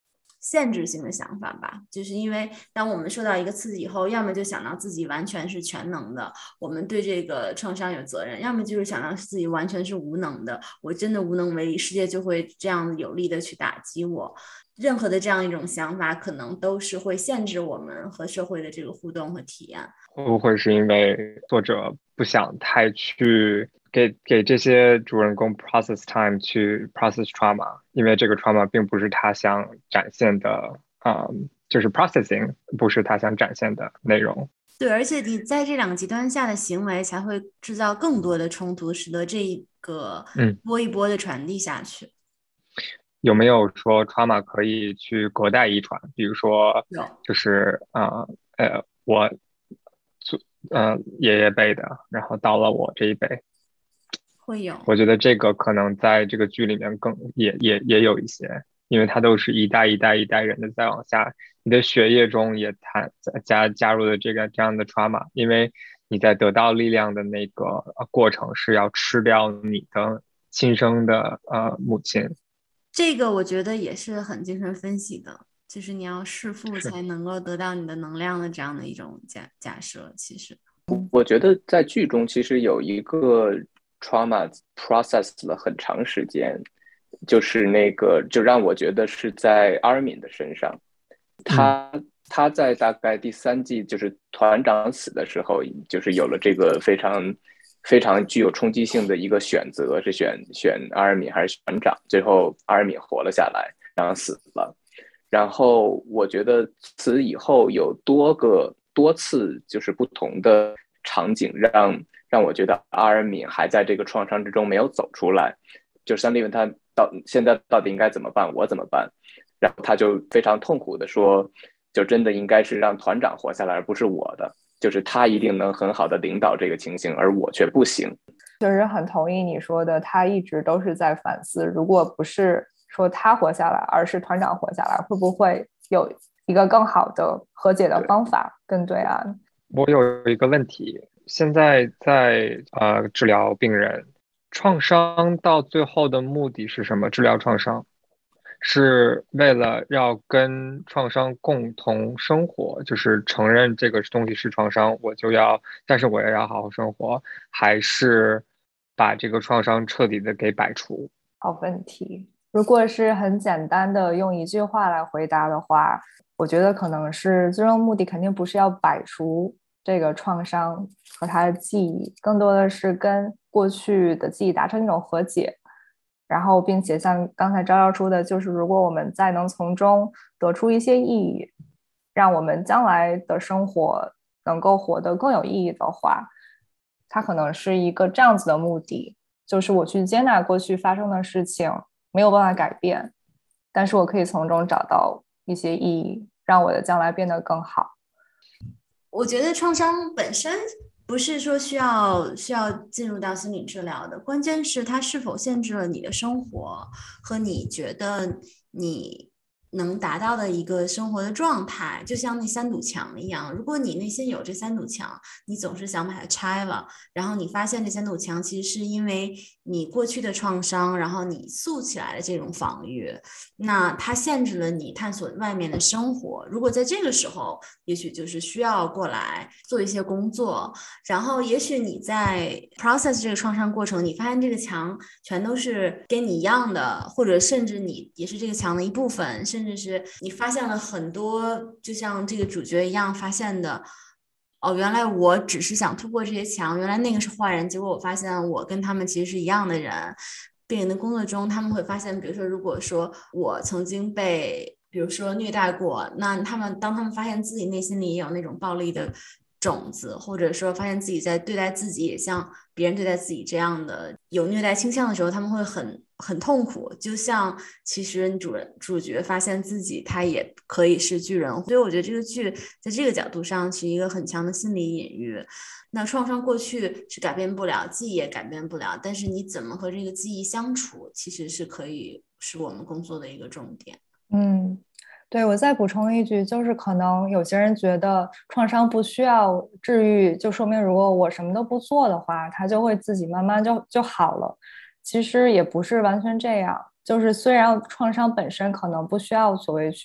限制性的想法吧，就是因为当我们受到一个刺激以后，要么就想到自己完全是全能的，我们对这个创伤有责任，要么就是想到自己完全是无能的，我真的无能为力，世界就会这样有力的去打击我。任何的这样一种想法可能都是会限制我们和社会的这个互动和体验。 会不会是因为作者不想太去给给这些主人公 process time 去 process trauma， 因为这个 trauma 并不是他想展现的，嗯，就是 processing 不是他想展现的内容。 对，而且你在这两个极端下的行为才会制造更多的冲突，使得这一个波一波的传递下去。嗯， 有没有说 trauma 可以去隔代遗传？比如说，就是呃呃，我呃爷爷辈的，然后到了我这一辈， 会有。 我觉得这个可能在这个剧里面更也也也有一些，因为它都是一代一代一代人的再往下，你的血液中也谈加加入了这个这样的 trauma， 因为你在得到力量的那个过程是要吃掉你的亲生的呃母亲。 这个我觉得也是很精神分析的，就是你要弑父才能够得到你的能量的这样的一种假假设。其实我觉得在剧中其实有一个 trauma process 了很长时间，就是那个就让我觉得是在阿尔敏的身上，他、嗯、他在大概第三季就是团长死的时候，就是有了这个非常非常具有冲击性的一个选择，是选选阿尔敏还是团长，最后阿尔敏活了下来，然后死了。然后我觉得此以后有多个多次就是不同的场景让让我觉得阿尔敏还在这个创伤之中没有走出来，就三丽问他到现在到底应该怎么办，我怎么办，然后他就非常痛苦的说，就真的应该是让团长活下来而不是我的，就是他一定能很好的领导这个情形而我却不行。 就是很同意你说的，他一直都是在反思，如果不是说他活下来而是团长活下来，会不会有一个更好的和解的方法跟对岸。 我有一个问题，现在在呃治疗病人创伤到最后的目的是什么？治疗创伤是为了要跟创伤共同生活，就是承认这个东西是创伤，我就要，但是我也要好好生活，还是把这个创伤彻底的给摆除？ 好问题。如果是很简单的用一句话来回答的话，我觉得可能是最终目的肯定不是要摆除这个创伤和他的记忆，更多的是跟过去的记忆达成一种和解，然后并且像刚才昭昭说的，就是如果我们再能从中得出一些意义，让我们将来的生活能够活得更有意义的话，它可能是一个这样子的目的，就是我去接纳过去发生的事情没有办法改变，但是我可以从中找到一些意义，让我的将来变得更好。 我觉得创伤本身不是说需要需要进入到心理治疗的，关键是它是否限制了你的生活和你觉得你能达到的一个生活的状态，就像那三堵墙一样，如果你内心有这三堵墙，你总是想把它拆了，然后你发现这三堵墙其实是因为你过去的创伤，然后你塑起来的这种防御，那它限制了你探索外面的生活。如果在这个时候，也许就是需要过来做一些工作，然后也许你在 process 这个创伤过程，你发现这个墙全都是跟你一样的，或者甚至你也是这个墙的一部分，甚至是你发现了很多，就像这个主角一样发现的，哦，原来我只是想突破这些墙，原来那个是坏人，结果我发现我跟他们其实是一样的人。病人的工作中，他们会发现，比如说，如果说我曾经被，比如说虐待过，那他们当他们发现自己内心里也有那种暴力的种子，或者说发现自己在对待自己也像别人对待自己这样的有虐待倾向的时候，他们会很很痛苦。就像其实主人主角发现自己他也可以是巨人，所以我觉得这个剧在这个角度上是一个很强的心理隐喻。那创伤过去是改变不了，记忆也改变不了，但是你怎么和这个记忆相处，其实是可以是我们工作的一个重点。 嗯，对，我再补充一句，就是可能有些人觉得创伤不需要治愈，就说明如果我什么都不做的话，它就会自己慢慢就就好了。其实也不是完全这样，就是虽然创伤本身可能不需要所谓去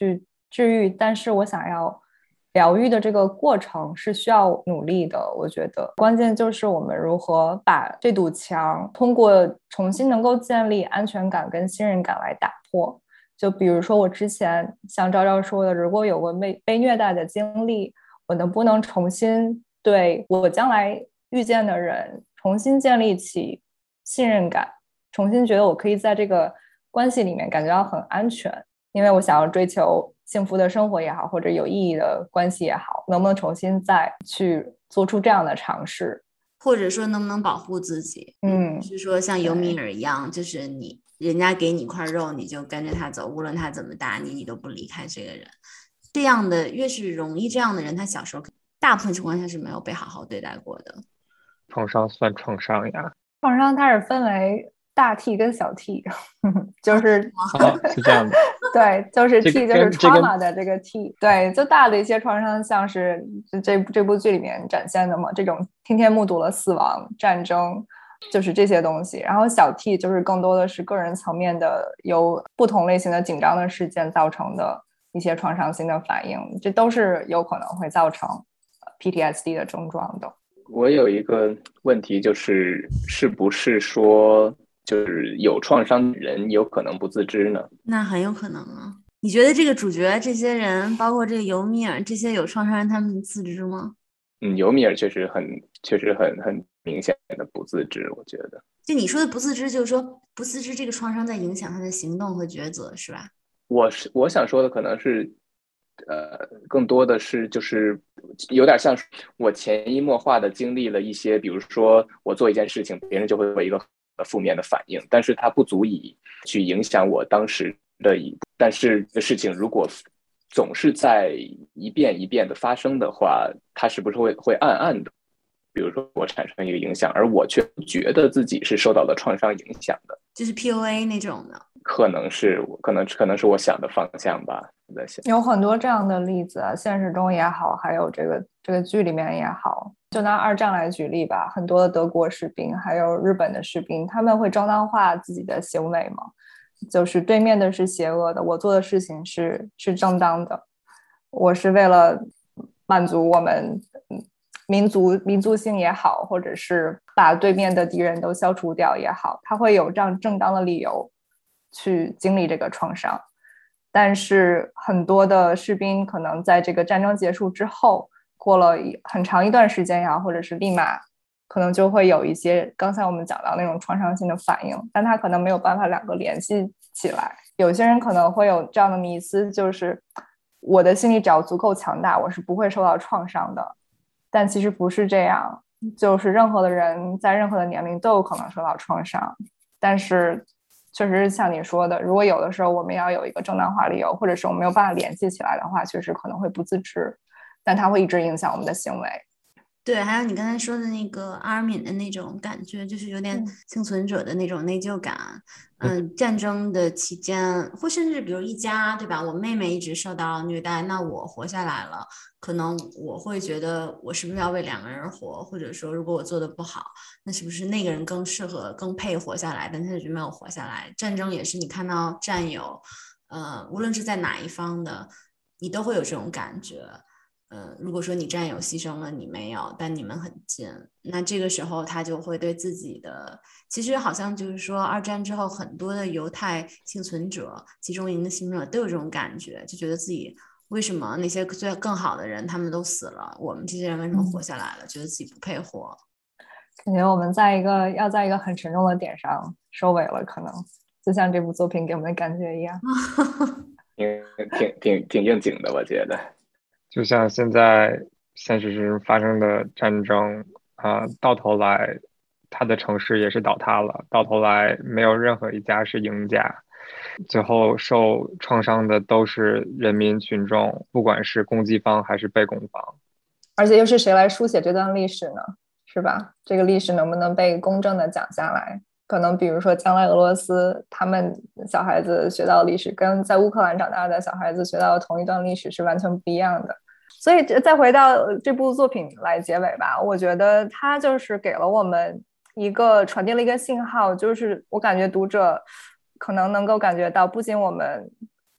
治愈，但是我想要疗愈的这个过程是需要努力的。我觉得关键就是我们如何把这堵墙通过重新能够建立安全感跟信任感来打破。就比如说我之前像昭昭说的，如果有过被被虐待的经历，我能不能重新对我将来遇见的人重新建立起信任感，重新觉得我可以在这个关系里面感觉到很安全，因为我想要追求幸福的生活也好，或者有意义的关系也好，能不能重新再去做出这样的尝试， 或者说能不能保护自己。 嗯， 是说像尤米尔一样，就是你人家给你一块肉，你就跟着他走，无论他怎么打你，你都不离开这个人。这样的越是容易这样的人，他小时候大部分情况下是没有被好好对待过的。 创伤算创伤呀？ 创伤它是分为大 T 跟小 T 就是、 哦、是这样的对，就是 T 就是 trauma 的这个 T、这个、对，就大的一些创伤像是这这部剧里面展现的嘛，这种天天目睹了死亡战争，就是这些东西。然后小 T 就是更多的是个人层面的由不同类型的紧张的事件造成的一些创伤性的反应，这都是有可能会造成 P T S D 的症状的。 我有一个问题，就是是不是说就是有创伤的人有可能不自知呢？ 那很有可能啊。你觉得这个主角这些人，包括这个尤米尔这些有创伤人，他们自知吗？ 嗯，尤米尔确实很确实很很明显的不自知，我觉得。 就你说的不自知，就是说不自知这个创伤在影响他的行动和抉择，是吧？ 我是我想说的可能是呃，更多的是就是有点像我潜移默化的经历了一些，比如说我做一件事情，别人就会有一个负面的反应，但是它不足以去影响我当时的一步。但是这个事情如果总是在一遍一遍的发生的话，它是不是会会暗暗的，比如说我产生一个影响，而我却觉得自己是受到了创伤影响的， 就是 P U A 那种的。 可能是可能可能是我想的方向吧。 有很多这样的例子，现实中也好，还有这个这个剧里面也好。就拿二战来举例吧，很多的德国士兵还有日本的士兵，他们会正当化自己的行为嘛，就是对面的是邪恶的，我做的事情是是正当的，我是为了满足我们民族民族性也好，或者是把对面的敌人都消除掉也好，他会有这样正当的理由去经历这个创伤。但是很多的士兵可能在这个战争结束之后，过了很长一段时间呀，或者是立马可能就会有一些刚才我们讲到那种创伤性的反应，但他可能没有办法两个联系起来。有些人可能会有这样的迷思，就是我的心理只要足够强大，我是不会受到创伤的。但其实不是这样，就是任何的人在任何的年龄都有可能受到创伤，但是确实是像你说的，如果有的时候我们要有一个正当化理由，或者是我们没有办法联系起来的话，确实可能会不自知，但它会一直影响我们的行为。 对，还有你刚才说的那个阿尔敏的那种感觉，就是有点幸存者的那种内疚感。嗯、呃，战争的期间，或甚至比如一家，对吧？我妹妹一直受到虐待，那我活下来了，可能我会觉得我是不是要为两个人活，或者说如果我做的不好，那是不是那个人更适合、更配活下来？但他就没有活下来。战争也是，你看到战友，呃，无论是在哪一方的，你都会有这种感觉。呃，如果说你战友牺牲了，你没有，但你们很近，那这个时候他就会对自己的，其实好像就是说，二战之后很多的犹太幸存者、集中营的幸存者都有这种感觉，就觉得自己为什么那些最更好的人他们都死了，我们这些人为什么活下来了？嗯、觉得自己不配活。 感觉我们在一个要在一个很沉重的点上收尾了，可能就像这部作品给我们的感觉一样， 挺挺挺挺应景的，我觉得。 就像现在现实中发生的战争啊、呃，到头来他的城市也是倒塌了，到头来没有任何一家是赢家，最后受创伤的都是人民群众，不管是攻击方还是被攻方。 而且又是谁来书写这段历史呢？是吧？这个历史能不能被公正的讲下来？可能比如说将来俄罗斯他们小孩子学到的历史跟在乌克兰长大的小孩子学到的同一段历史是完全不一样的。所以再回到这部作品来结尾吧，我觉得它就是给了我们一个传递了一个信号，就是我感觉读者可能能够感觉到，不仅我们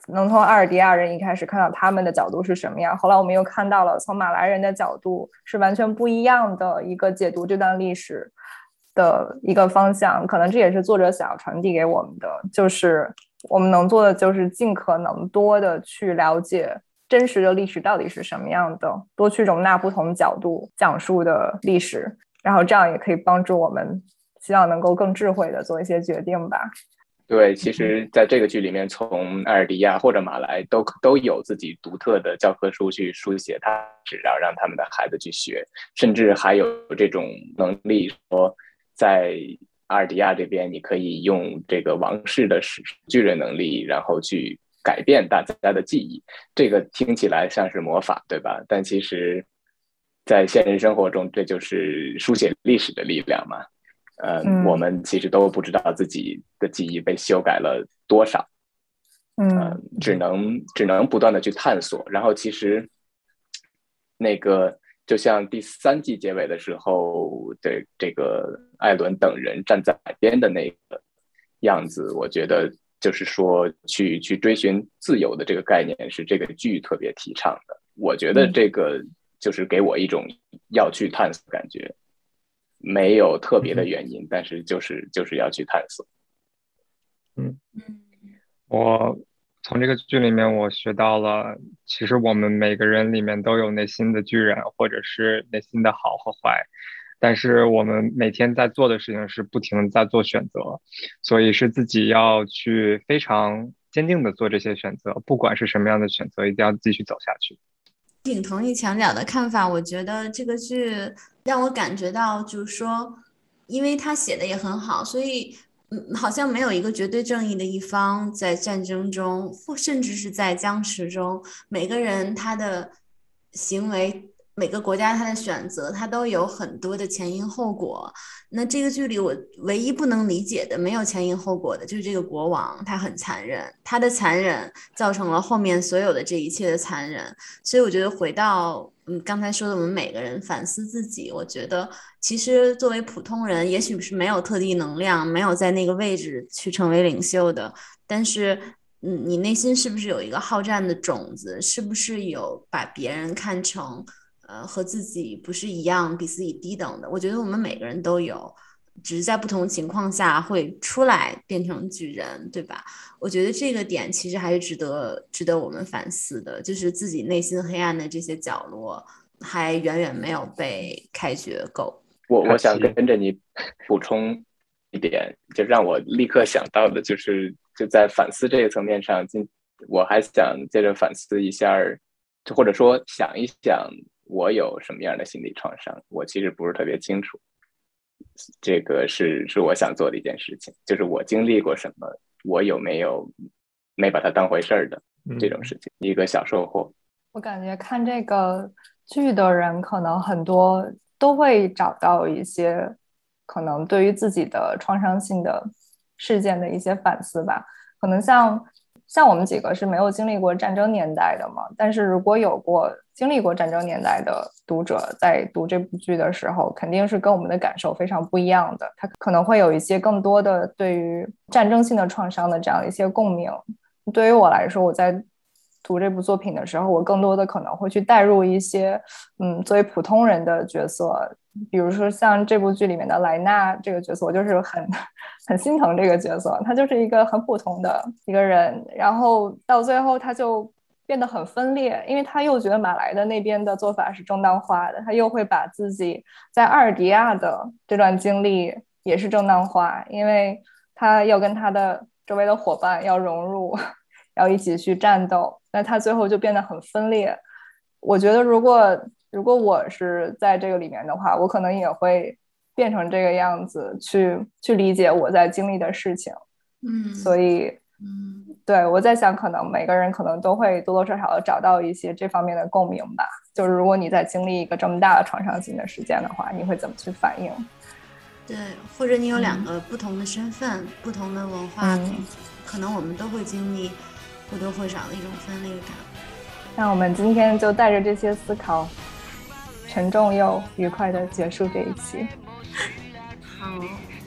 能从阿尔迪亚人一开始看到他们的角度是什么样，后来我们又看到了从马来人的角度是完全不一样的一个解读这段历史的一个方向。可能这也是作者想要传递给我们的，就是我们能做的就是尽可能多的去了解真实的历史到底是什么样的，多去容纳不同角度讲述的历史，然后这样也可以帮助我们希望能够更智慧的做一些决定吧。 对，其实在这个剧里面，从阿尔迪亚或者马来都都有自己独特的教科书去书写它，然后让他们的孩子去学，甚至还有这种能力说，在阿尔迪亚这边，你可以用这个王室的巨人能力，然后去改变大家的记忆。这个听起来像是魔法，对吧？但其实在现实生活中，这就是书写历史的力量嘛。呃、嗯，我们其实都不知道自己的记忆被修改了多少， 嗯、 呃，只能只能不断的去探索。然后其实那个就像第三季结尾的时候，对这个艾伦等人站在海边的那个样子，我觉得就是说去去追寻自由的这个概念是这个剧特别提倡的。我觉得这个就是给我一种要去探索的感觉。没有特别的原因，但是就是就是要去探索。 嗯，我从这个剧里面我学到了，其实我们每个人里面都有内心的巨人，或者是内心的好和坏，但是我们每天在做的事情是不停的在做选择，所以是自己要去非常坚定的做这些选择，不管是什么样的选择，一定要继续走下去。 挺同意墙角的看法，我觉得这个剧让我感觉到就是说，因为他写的也很好，所以嗯，好像没有一个绝对正义的一方，在战争中或甚至是在僵持中，每个人他的行为，每个国家他的选择，他都有很多的前因后果。那这个剧里我唯一不能理解的没有前因后果的就是这个国王，他很残忍，他的残忍造成了后面所有的这一切的残忍。所以我觉得回到嗯刚才说的我们每个人反思自己，我觉得其实作为普通人也许是没有特地能量，没有在那个位置去成为领袖的，但是嗯你内心是不是有一个好战的种子，是不是有把别人看成呃，和自己不是一样，比自己低等的，我觉得我们每个人都有，只是在不同情况下会出来变成巨人，对吧？我觉得这个点其实还是值得值得我们反思的，就是自己内心黑暗的这些角落还远远没有被开掘够。 我我想跟着你补充一点，就让我立刻想到的就是就在反思这个层面上，我还想接着反思一下，或者说想一想我有什么样的心理创伤，我其实不是特别清楚。这个是是我想做的一件事情，就是我经历过什么，我有没有没把它当回事儿的这种事情，嗯、一个小收获。 我感觉看这个剧的人，可能很多都会找到一些可能对于自己的创伤性的事件的一些反思吧。可能像像我们几个是没有经历过战争年代的嘛，但是如果有过经历过战争年代的读者在读这部剧的时候，肯定是跟我们的感受非常不一样的，他可能会有一些更多的对于战争性的创伤的这样一些共鸣。对于我来说，我在读这部作品的时候，我更多的可能会去带入一些嗯，作为普通人的角色，比如说像这部剧里面的莱纳这个角色，我就是很很心疼这个角色，他就是一个很普通的一个人，然后到最后他就变得很分裂，因为他又觉得马来的那边的做法是正当化的，他又会把自己在阿尔迪亚的这段经历也是正当化，因为他要跟他的周围的伙伴要融入，要一起去战斗，那他最后就变得很分裂。我觉得如果如果我是在这个里面的话，我可能也会变成这个样子，去去理解我在经历的事情。 嗯， 所以嗯， 对，我在想可能每个人可能都会多多少少的找到一些这方面的共鸣吧，就是如果你在经历一个这么大的创伤性的事件的话，你会怎么去反应？ 对，或者你有两个不同的身份、嗯、不同的文化、嗯、可能我们都会经历或多或少的一种分裂感。 那我们今天就带着这些思考，沉重又愉快的结束这一期。 好。